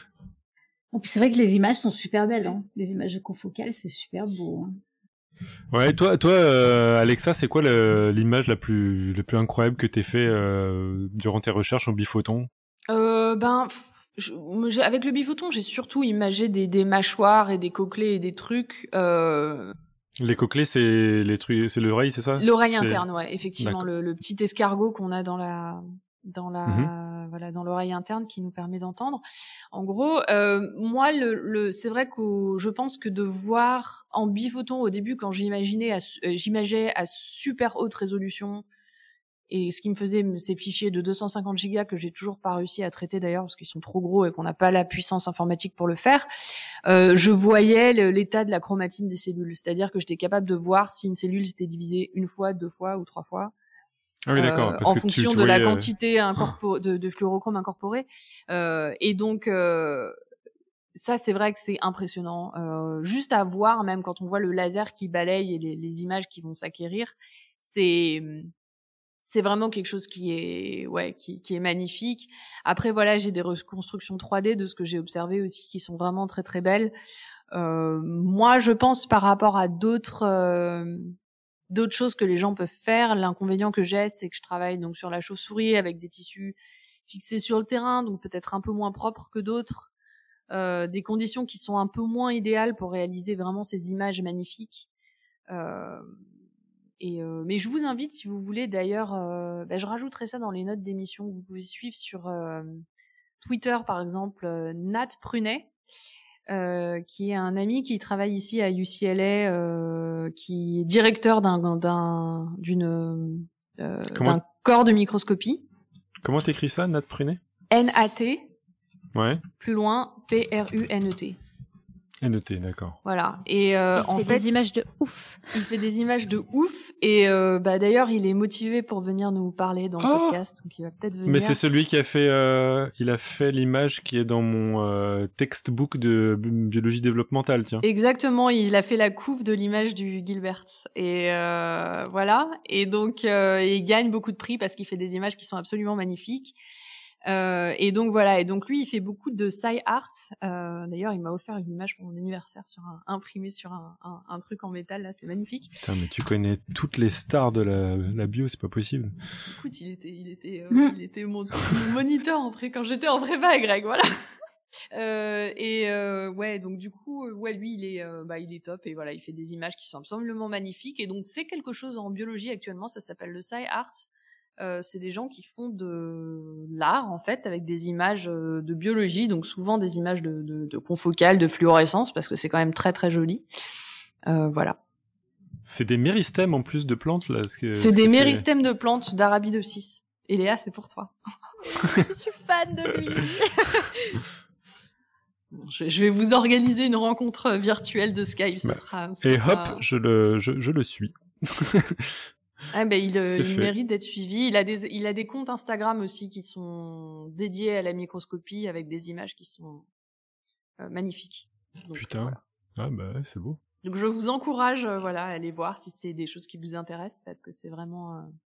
Oh, puis c'est vrai que les images sont super belles, hein. Les images de confocales, c'est super beau. Hein. Ouais, toi, toi, euh, Alexa, c'est quoi le, l'image la plus, la plus incroyable que t'aies fait euh, durant tes recherches en biphoton? Euh, ben, je, j'ai, avec le biphoton, j'ai surtout imagé des, des mâchoires et des cochlées et des trucs. Euh... Les cochlées, c'est les trucs, c'est l'oreille, c'est ça? L'oreille c'est... interne, ouais, effectivement, le, le petit escargot qu'on a dans la, dans la, Mm-hmm. voilà, dans l'oreille interne qui nous permet d'entendre. En gros, euh, moi, le, le, c'est vrai que je pense que de voir en biphoton au début, quand j'imaginais, à, j'imaginais à super haute résolution. Et ce qui me faisait ces fichiers de deux cent cinquante gigas que j'ai toujours pas réussi à traiter d'ailleurs parce qu'ils sont trop gros et qu'on n'a pas la puissance informatique pour le faire, euh, je voyais le, l'état de la chromatine des cellules. C'est-à-dire que j'étais capable de voir si une cellule s'était divisée une fois, deux fois ou trois fois. Ah oui, d'accord. Euh, parce en que fonction tu, tu de voyais... la quantité incorpor- de, de fluorochrome incorporé. Euh, et donc, euh, ça, c'est vrai que c'est impressionnant. Euh, juste à voir, même quand on voit le laser qui balaye et les, les images qui vont s'acquérir, c'est... c'est vraiment quelque chose qui est, ouais, qui, qui est magnifique. Après, voilà, j'ai des reconstructions trois D de ce que j'ai observé aussi qui sont vraiment très très belles. Euh, moi, je pense par rapport à d'autres, euh, d'autres choses que les gens peuvent faire, l'inconvénient que j'ai, c'est que je travaille donc sur la chauve-souris avec des tissus fixés sur le terrain, donc peut-être un peu moins propres que d'autres, euh, des conditions qui sont un peu moins idéales pour réaliser vraiment ces images magnifiques. Euh, Et euh, mais je vous invite, si vous voulez, d'ailleurs, euh, bah, je rajouterai ça dans les notes d'émission. Vous pouvez suivre sur euh, Twitter, par exemple, euh, Nat Prunet, euh, qui est un ami qui travaille ici à U C L A, euh, qui est directeur d'un, d'un, d'une, euh, d'un corps de microscopie. Comment t'écris ça, Nat Prunet? N A T. Ouais. Plus loin, P R U N E T. N E T, d'accord. Voilà. Et euh, il en fait, fait, des images de ouf. Il fait des images de ouf. Et euh, bah d'ailleurs, il est motivé pour venir nous parler dans le oh podcast, donc il va peut-être venir. Mais c'est celui qui a fait, euh, il a fait l'image qui est dans mon euh, textbook de biologie développementale, tiens. Exactement. Il a fait la couve de l'image du Gilbert. Et euh, voilà. Et donc, euh, il gagne beaucoup de prix parce qu'il fait des images qui sont absolument magnifiques. Euh, et donc voilà, et donc lui il fait beaucoup de sci art. Euh, d'ailleurs il m'a offert une image pour mon anniversaire sur un imprimé sur un, un, un truc en métal là, c'est magnifique. Putain, mais tu connais toutes les stars de la, la bio, c'est pas possible. Écoute, il était, il était, euh, mmh. il était mon, mon moniteur en pré quand j'étais en prépa, Greg, voilà. Euh, et euh, ouais, donc du coup, ouais, lui il est, euh, bah il est top et voilà, il fait des images qui sont absolument magnifiques et donc c'est quelque chose en biologie actuellement, ça s'appelle le sci art. Euh, c'est des gens qui font de l'art en fait avec des images euh, de biologie, donc souvent des images de, de, de confocale, de fluorescence parce que c'est quand même très très joli. Euh, voilà. C'est des méristèmes en plus de plantes là. Ce que, c'est ce des que méristèmes fait... de plantes d'Arabidopsis. Et Léa, c'est pour toi. Je suis fan de lui. je, je vais vous organiser une rencontre virtuelle de Skype. Ce bah, sera. Ce et sera... hop, je le, je, je le suis. Ah ben il, il mérite d'être suivi. Il a des il a des comptes Instagram aussi qui sont dédiés à la microscopie avec des images qui sont euh, magnifiques. Donc, putain. Voilà. Ah bah c'est beau. Donc je vous encourage euh, voilà à aller voir si c'est des choses qui vous intéressent parce que c'est vraiment euh,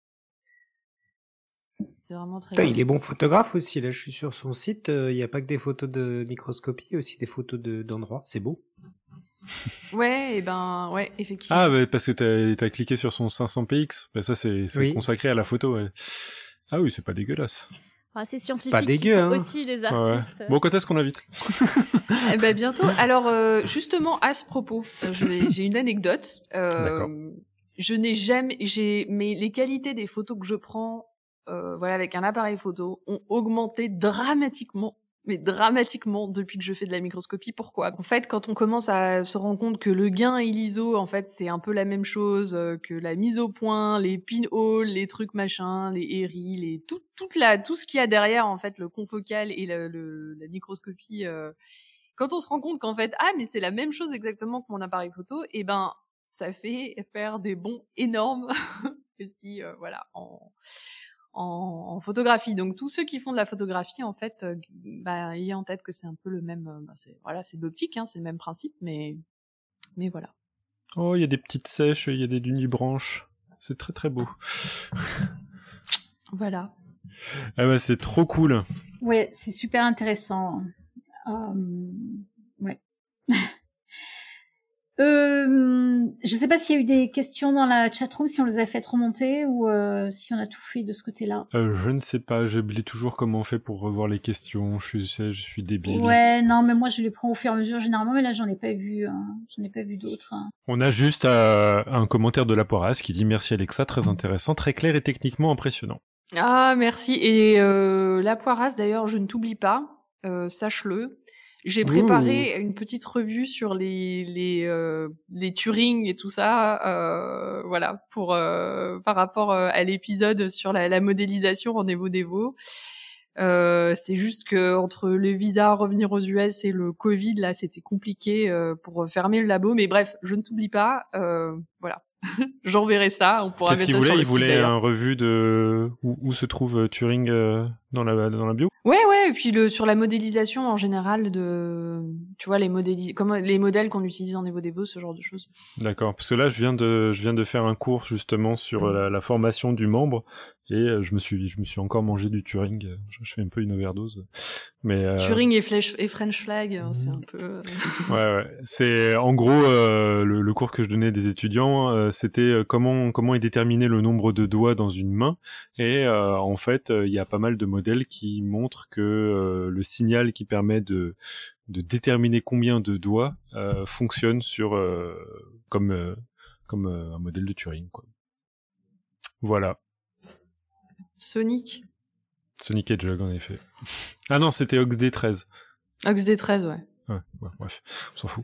c'est vraiment très. Putain, il est bon photographe aussi. Là, je suis sur son site. Il euh, n'y a pas que des photos de microscopie, il y a aussi des photos de d'endroits. C'est beau. Ouais, et ben, ouais, effectivement. Ah, bah, parce que t'as, t'as cliqué sur son cinq cents P X. Bah, ça, c'est, c'est oui. consacré à la photo, ouais. Ah oui, c'est pas dégueulasse. Ah, c'est scientifique. C'est pas dégueu, qui sont hein. aussi des artistes. Ouais. Bon, quand est-ce qu'on l'invite? Eh ben, bientôt. Alors, euh, justement, à ce propos, je vais, j'ai une anecdote. Euh, D'accord. Je n'ai jamais, j'ai, mais les qualités des photos que je prends, euh, voilà, avec un appareil photo, ont augmenté dramatiquement. Mais dramatiquement depuis que je fais de la microscopie. Pourquoi? En fait, quand on commence à se rendre compte que le gain et l'I S O, en fait, c'est un peu la même chose euh, que la mise au point, les pinholes, les trucs machin, les E R I, les tout, toute la, tout ce qu'il y a derrière, en fait, le confocal et le, le, la microscopie, euh, quand on se rend compte qu'en fait, ah, mais c'est la même chose exactement que mon appareil photo, et ben, ça fait faire des bonds énormes aussi, euh, voilà, en, en, en photographie. Donc, tous ceux qui font de la photographie, en fait, euh, bah, ayez en tête que c'est un peu le même, euh, bah, c'est, voilà, c'est de l'optique, hein, c'est le même principe, mais, mais voilà. Oh, il y a des petites sèches, il y a des unibranches. C'est très très beau. Voilà. Ah bah, c'est trop cool. Ouais, c'est super intéressant. Euh, ouais. euh, je sais pas s'il y a eu des questions dans la chatroom, si on les a fait remonter ou euh, si on a tout fait de ce côté-là. Euh, je ne sais pas, j'oublie toujours comment on fait pour revoir les questions. Je suis, je suis débile. Ouais, non, mais moi je les prends au fur et à mesure généralement, mais là j'en ai pas vu, hein. J'en ai pas vu d'autres. Hein. On a juste euh, un commentaire de la Poirasse qui dit merci Alexa, très intéressant, très clair et techniquement impressionnant. Ah, merci. Et euh, la Poirasse, d'ailleurs, je ne t'oublie pas, euh, sache-le. J'ai préparé Ouh. une petite revue sur les les euh, les Turing et tout ça, euh, voilà, pour euh, par rapport à l'épisode sur la, la modélisation en Evo Devo. Euh, c'est juste que entre le visa, revenir aux U S et le Covid, là, c'était compliqué euh, pour fermer le labo. Mais bref, je ne t'oublie pas. Euh, voilà. J'enverrai ça, on pourra Qu'est-ce mettre ça voulait, sur le il site. Il voulait un revue de où, où se trouve Turing euh, dans la dans la bio. Ouais, ouais, et puis le sur la modélisation en général de, tu vois, les modélis, comme les modèles qu'on utilise en Evo Devo, ce genre de choses. D'accord, parce que là, je viens de je viens de faire un cours justement sur la, la formation du membre. Et je me suis, je me suis encore mangé du Turing. Je, je fais un peu une overdose. Mais euh... Turing et, Flash, et French Flag, mmh. c'est un peu. ouais, ouais. C'est en gros euh, le, le cours que je donnais des étudiants, euh, c'était comment comment est déterminé le nombre de doigts dans une main. Et euh, en fait, il euh, y a pas mal de modèles qui montrent que euh, le signal qui permet de de déterminer combien de doigts euh, fonctionne sur euh, comme euh, comme euh, un modèle de Turing, quoi. Voilà. Sonic. Sonic Hedgehog, en effet. Ah non, c'était Ox D treize. Ox D treize, ouais. Ouais, ouais, bref, on s'en fout.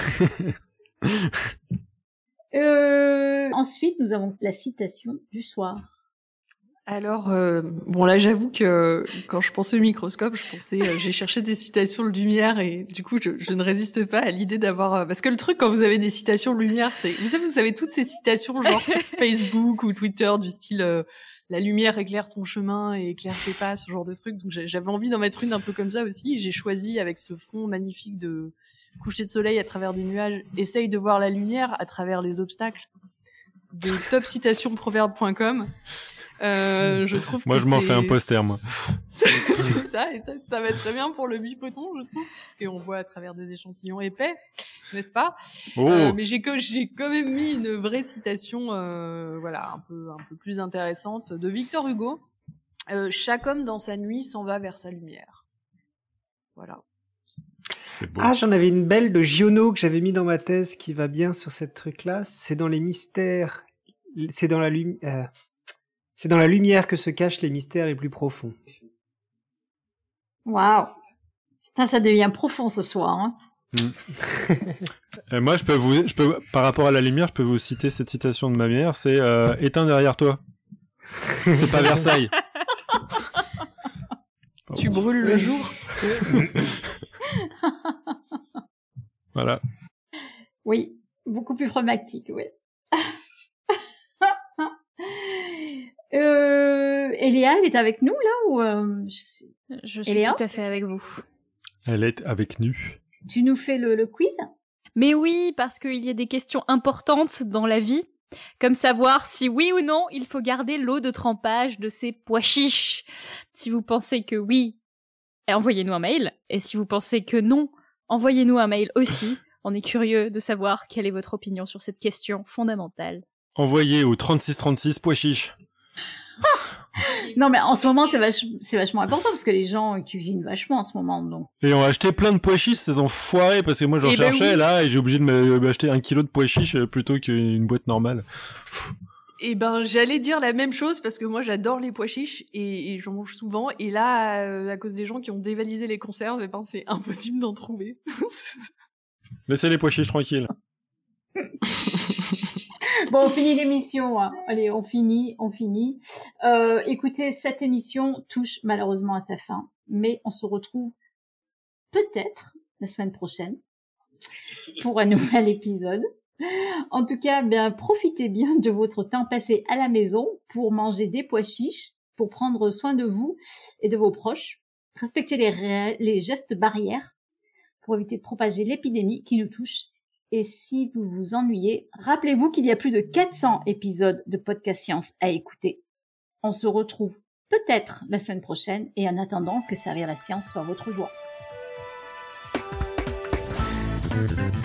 euh, ensuite, nous avons la citation du soir. Alors, euh, bon là, j'avoue que quand je pensais au microscope, je pensais, euh, j'ai cherché des citations de Lumière et du coup, je, je ne résiste pas à l'idée d'avoir, euh, parce que le truc quand vous avez des citations de Lumière, c'est, vous savez, vous avez toutes ces citations genre sur Facebook ou Twitter du style. Euh, La lumière éclaire ton chemin et éclaire tes pas, ce genre de truc. Donc j'avais envie d'en mettre une un peu comme ça aussi. Et j'ai choisi avec ce fond magnifique de coucher de soleil à travers des nuages. Essaye de voir la lumière à travers les obstacles. De top citation proverbe point com. Euh, je trouve moi, que je m'en c'est... fais un poster, moi. c'est ça, et ça, ça va très bien pour le bipoton, je trouve, puisqu'on voit à travers des échantillons épais, n'est-ce pas? Oh. Euh, mais j'ai, j'ai quand même mis une vraie citation, euh, voilà, un peu, un peu plus intéressante, de Victor Hugo. Euh, chaque homme dans sa nuit s'en va vers sa lumière. Voilà. C'est beau. Ah, j'en avais une belle de Giono que j'avais mis dans ma thèse qui va bien sur cette truc-là. C'est dans les mystères, c'est dans la lumière. Euh... C'est dans la lumière que se cachent les mystères les plus profonds. Waouh. Putain, ça devient profond ce soir. Hein. Mm. Et moi, je peux vous, je peux, par rapport à la lumière, je peux vous citer cette citation de ma mère. C'est euh, éteins derrière toi. C'est pas Versailles. Tu brûles le jour. Voilà. Oui, beaucoup plus pragmatique, oui. Euh, Eléa, elle est avec nous là ou euh, je, sais... je suis Eléa tout à fait avec vous. Elle est avec nous. Tu nous fais le, le quiz? Mais oui, parce qu'il y a des questions importantes dans la vie, comme savoir si oui ou non il faut garder l'eau de trempage de ces pois chiches. Si vous pensez que oui, envoyez-nous un mail. Et si vous pensez que non, envoyez-nous un mail aussi. On est curieux de savoir quelle est votre opinion sur cette question fondamentale. Envoyez au trente-six trente-six pois chiches. Non mais en ce moment c'est, vach... c'est vachement important parce que les gens cuisinent vachement en ce moment donc. Et on a acheté plein de pois chiches, ces enfoirés, parce que moi j'en et cherchais ben oui. là et j'ai obligé de m'acheter un kilo de pois chiches plutôt qu'une boîte normale. Et ben j'allais dire la même chose parce que moi j'adore les pois chiches et, et j'en mange souvent et là euh, à cause des gens qui ont dévalisé les conserves, et ben c'est impossible d'en trouver. Laissez les pois chiches tranquilles. Bon, on finit l'émission. Hein. Allez, on finit, on finit. Euh, écoutez, cette émission touche malheureusement à sa fin, mais on se retrouve peut-être la semaine prochaine pour un nouvel épisode. En tout cas, bien, profitez bien de votre temps passé à la maison pour manger des pois chiches, pour prendre soin de vous et de vos proches. Respectez les, ré- les gestes barrières pour éviter de propager l'épidémie qui nous touche. Et si vous vous ennuyez, rappelez-vous qu'il y a plus de quatre cents épisodes de Podcast Science à écouter. On se retrouve peut-être la semaine prochaine et en attendant, que servir la science soit votre joie.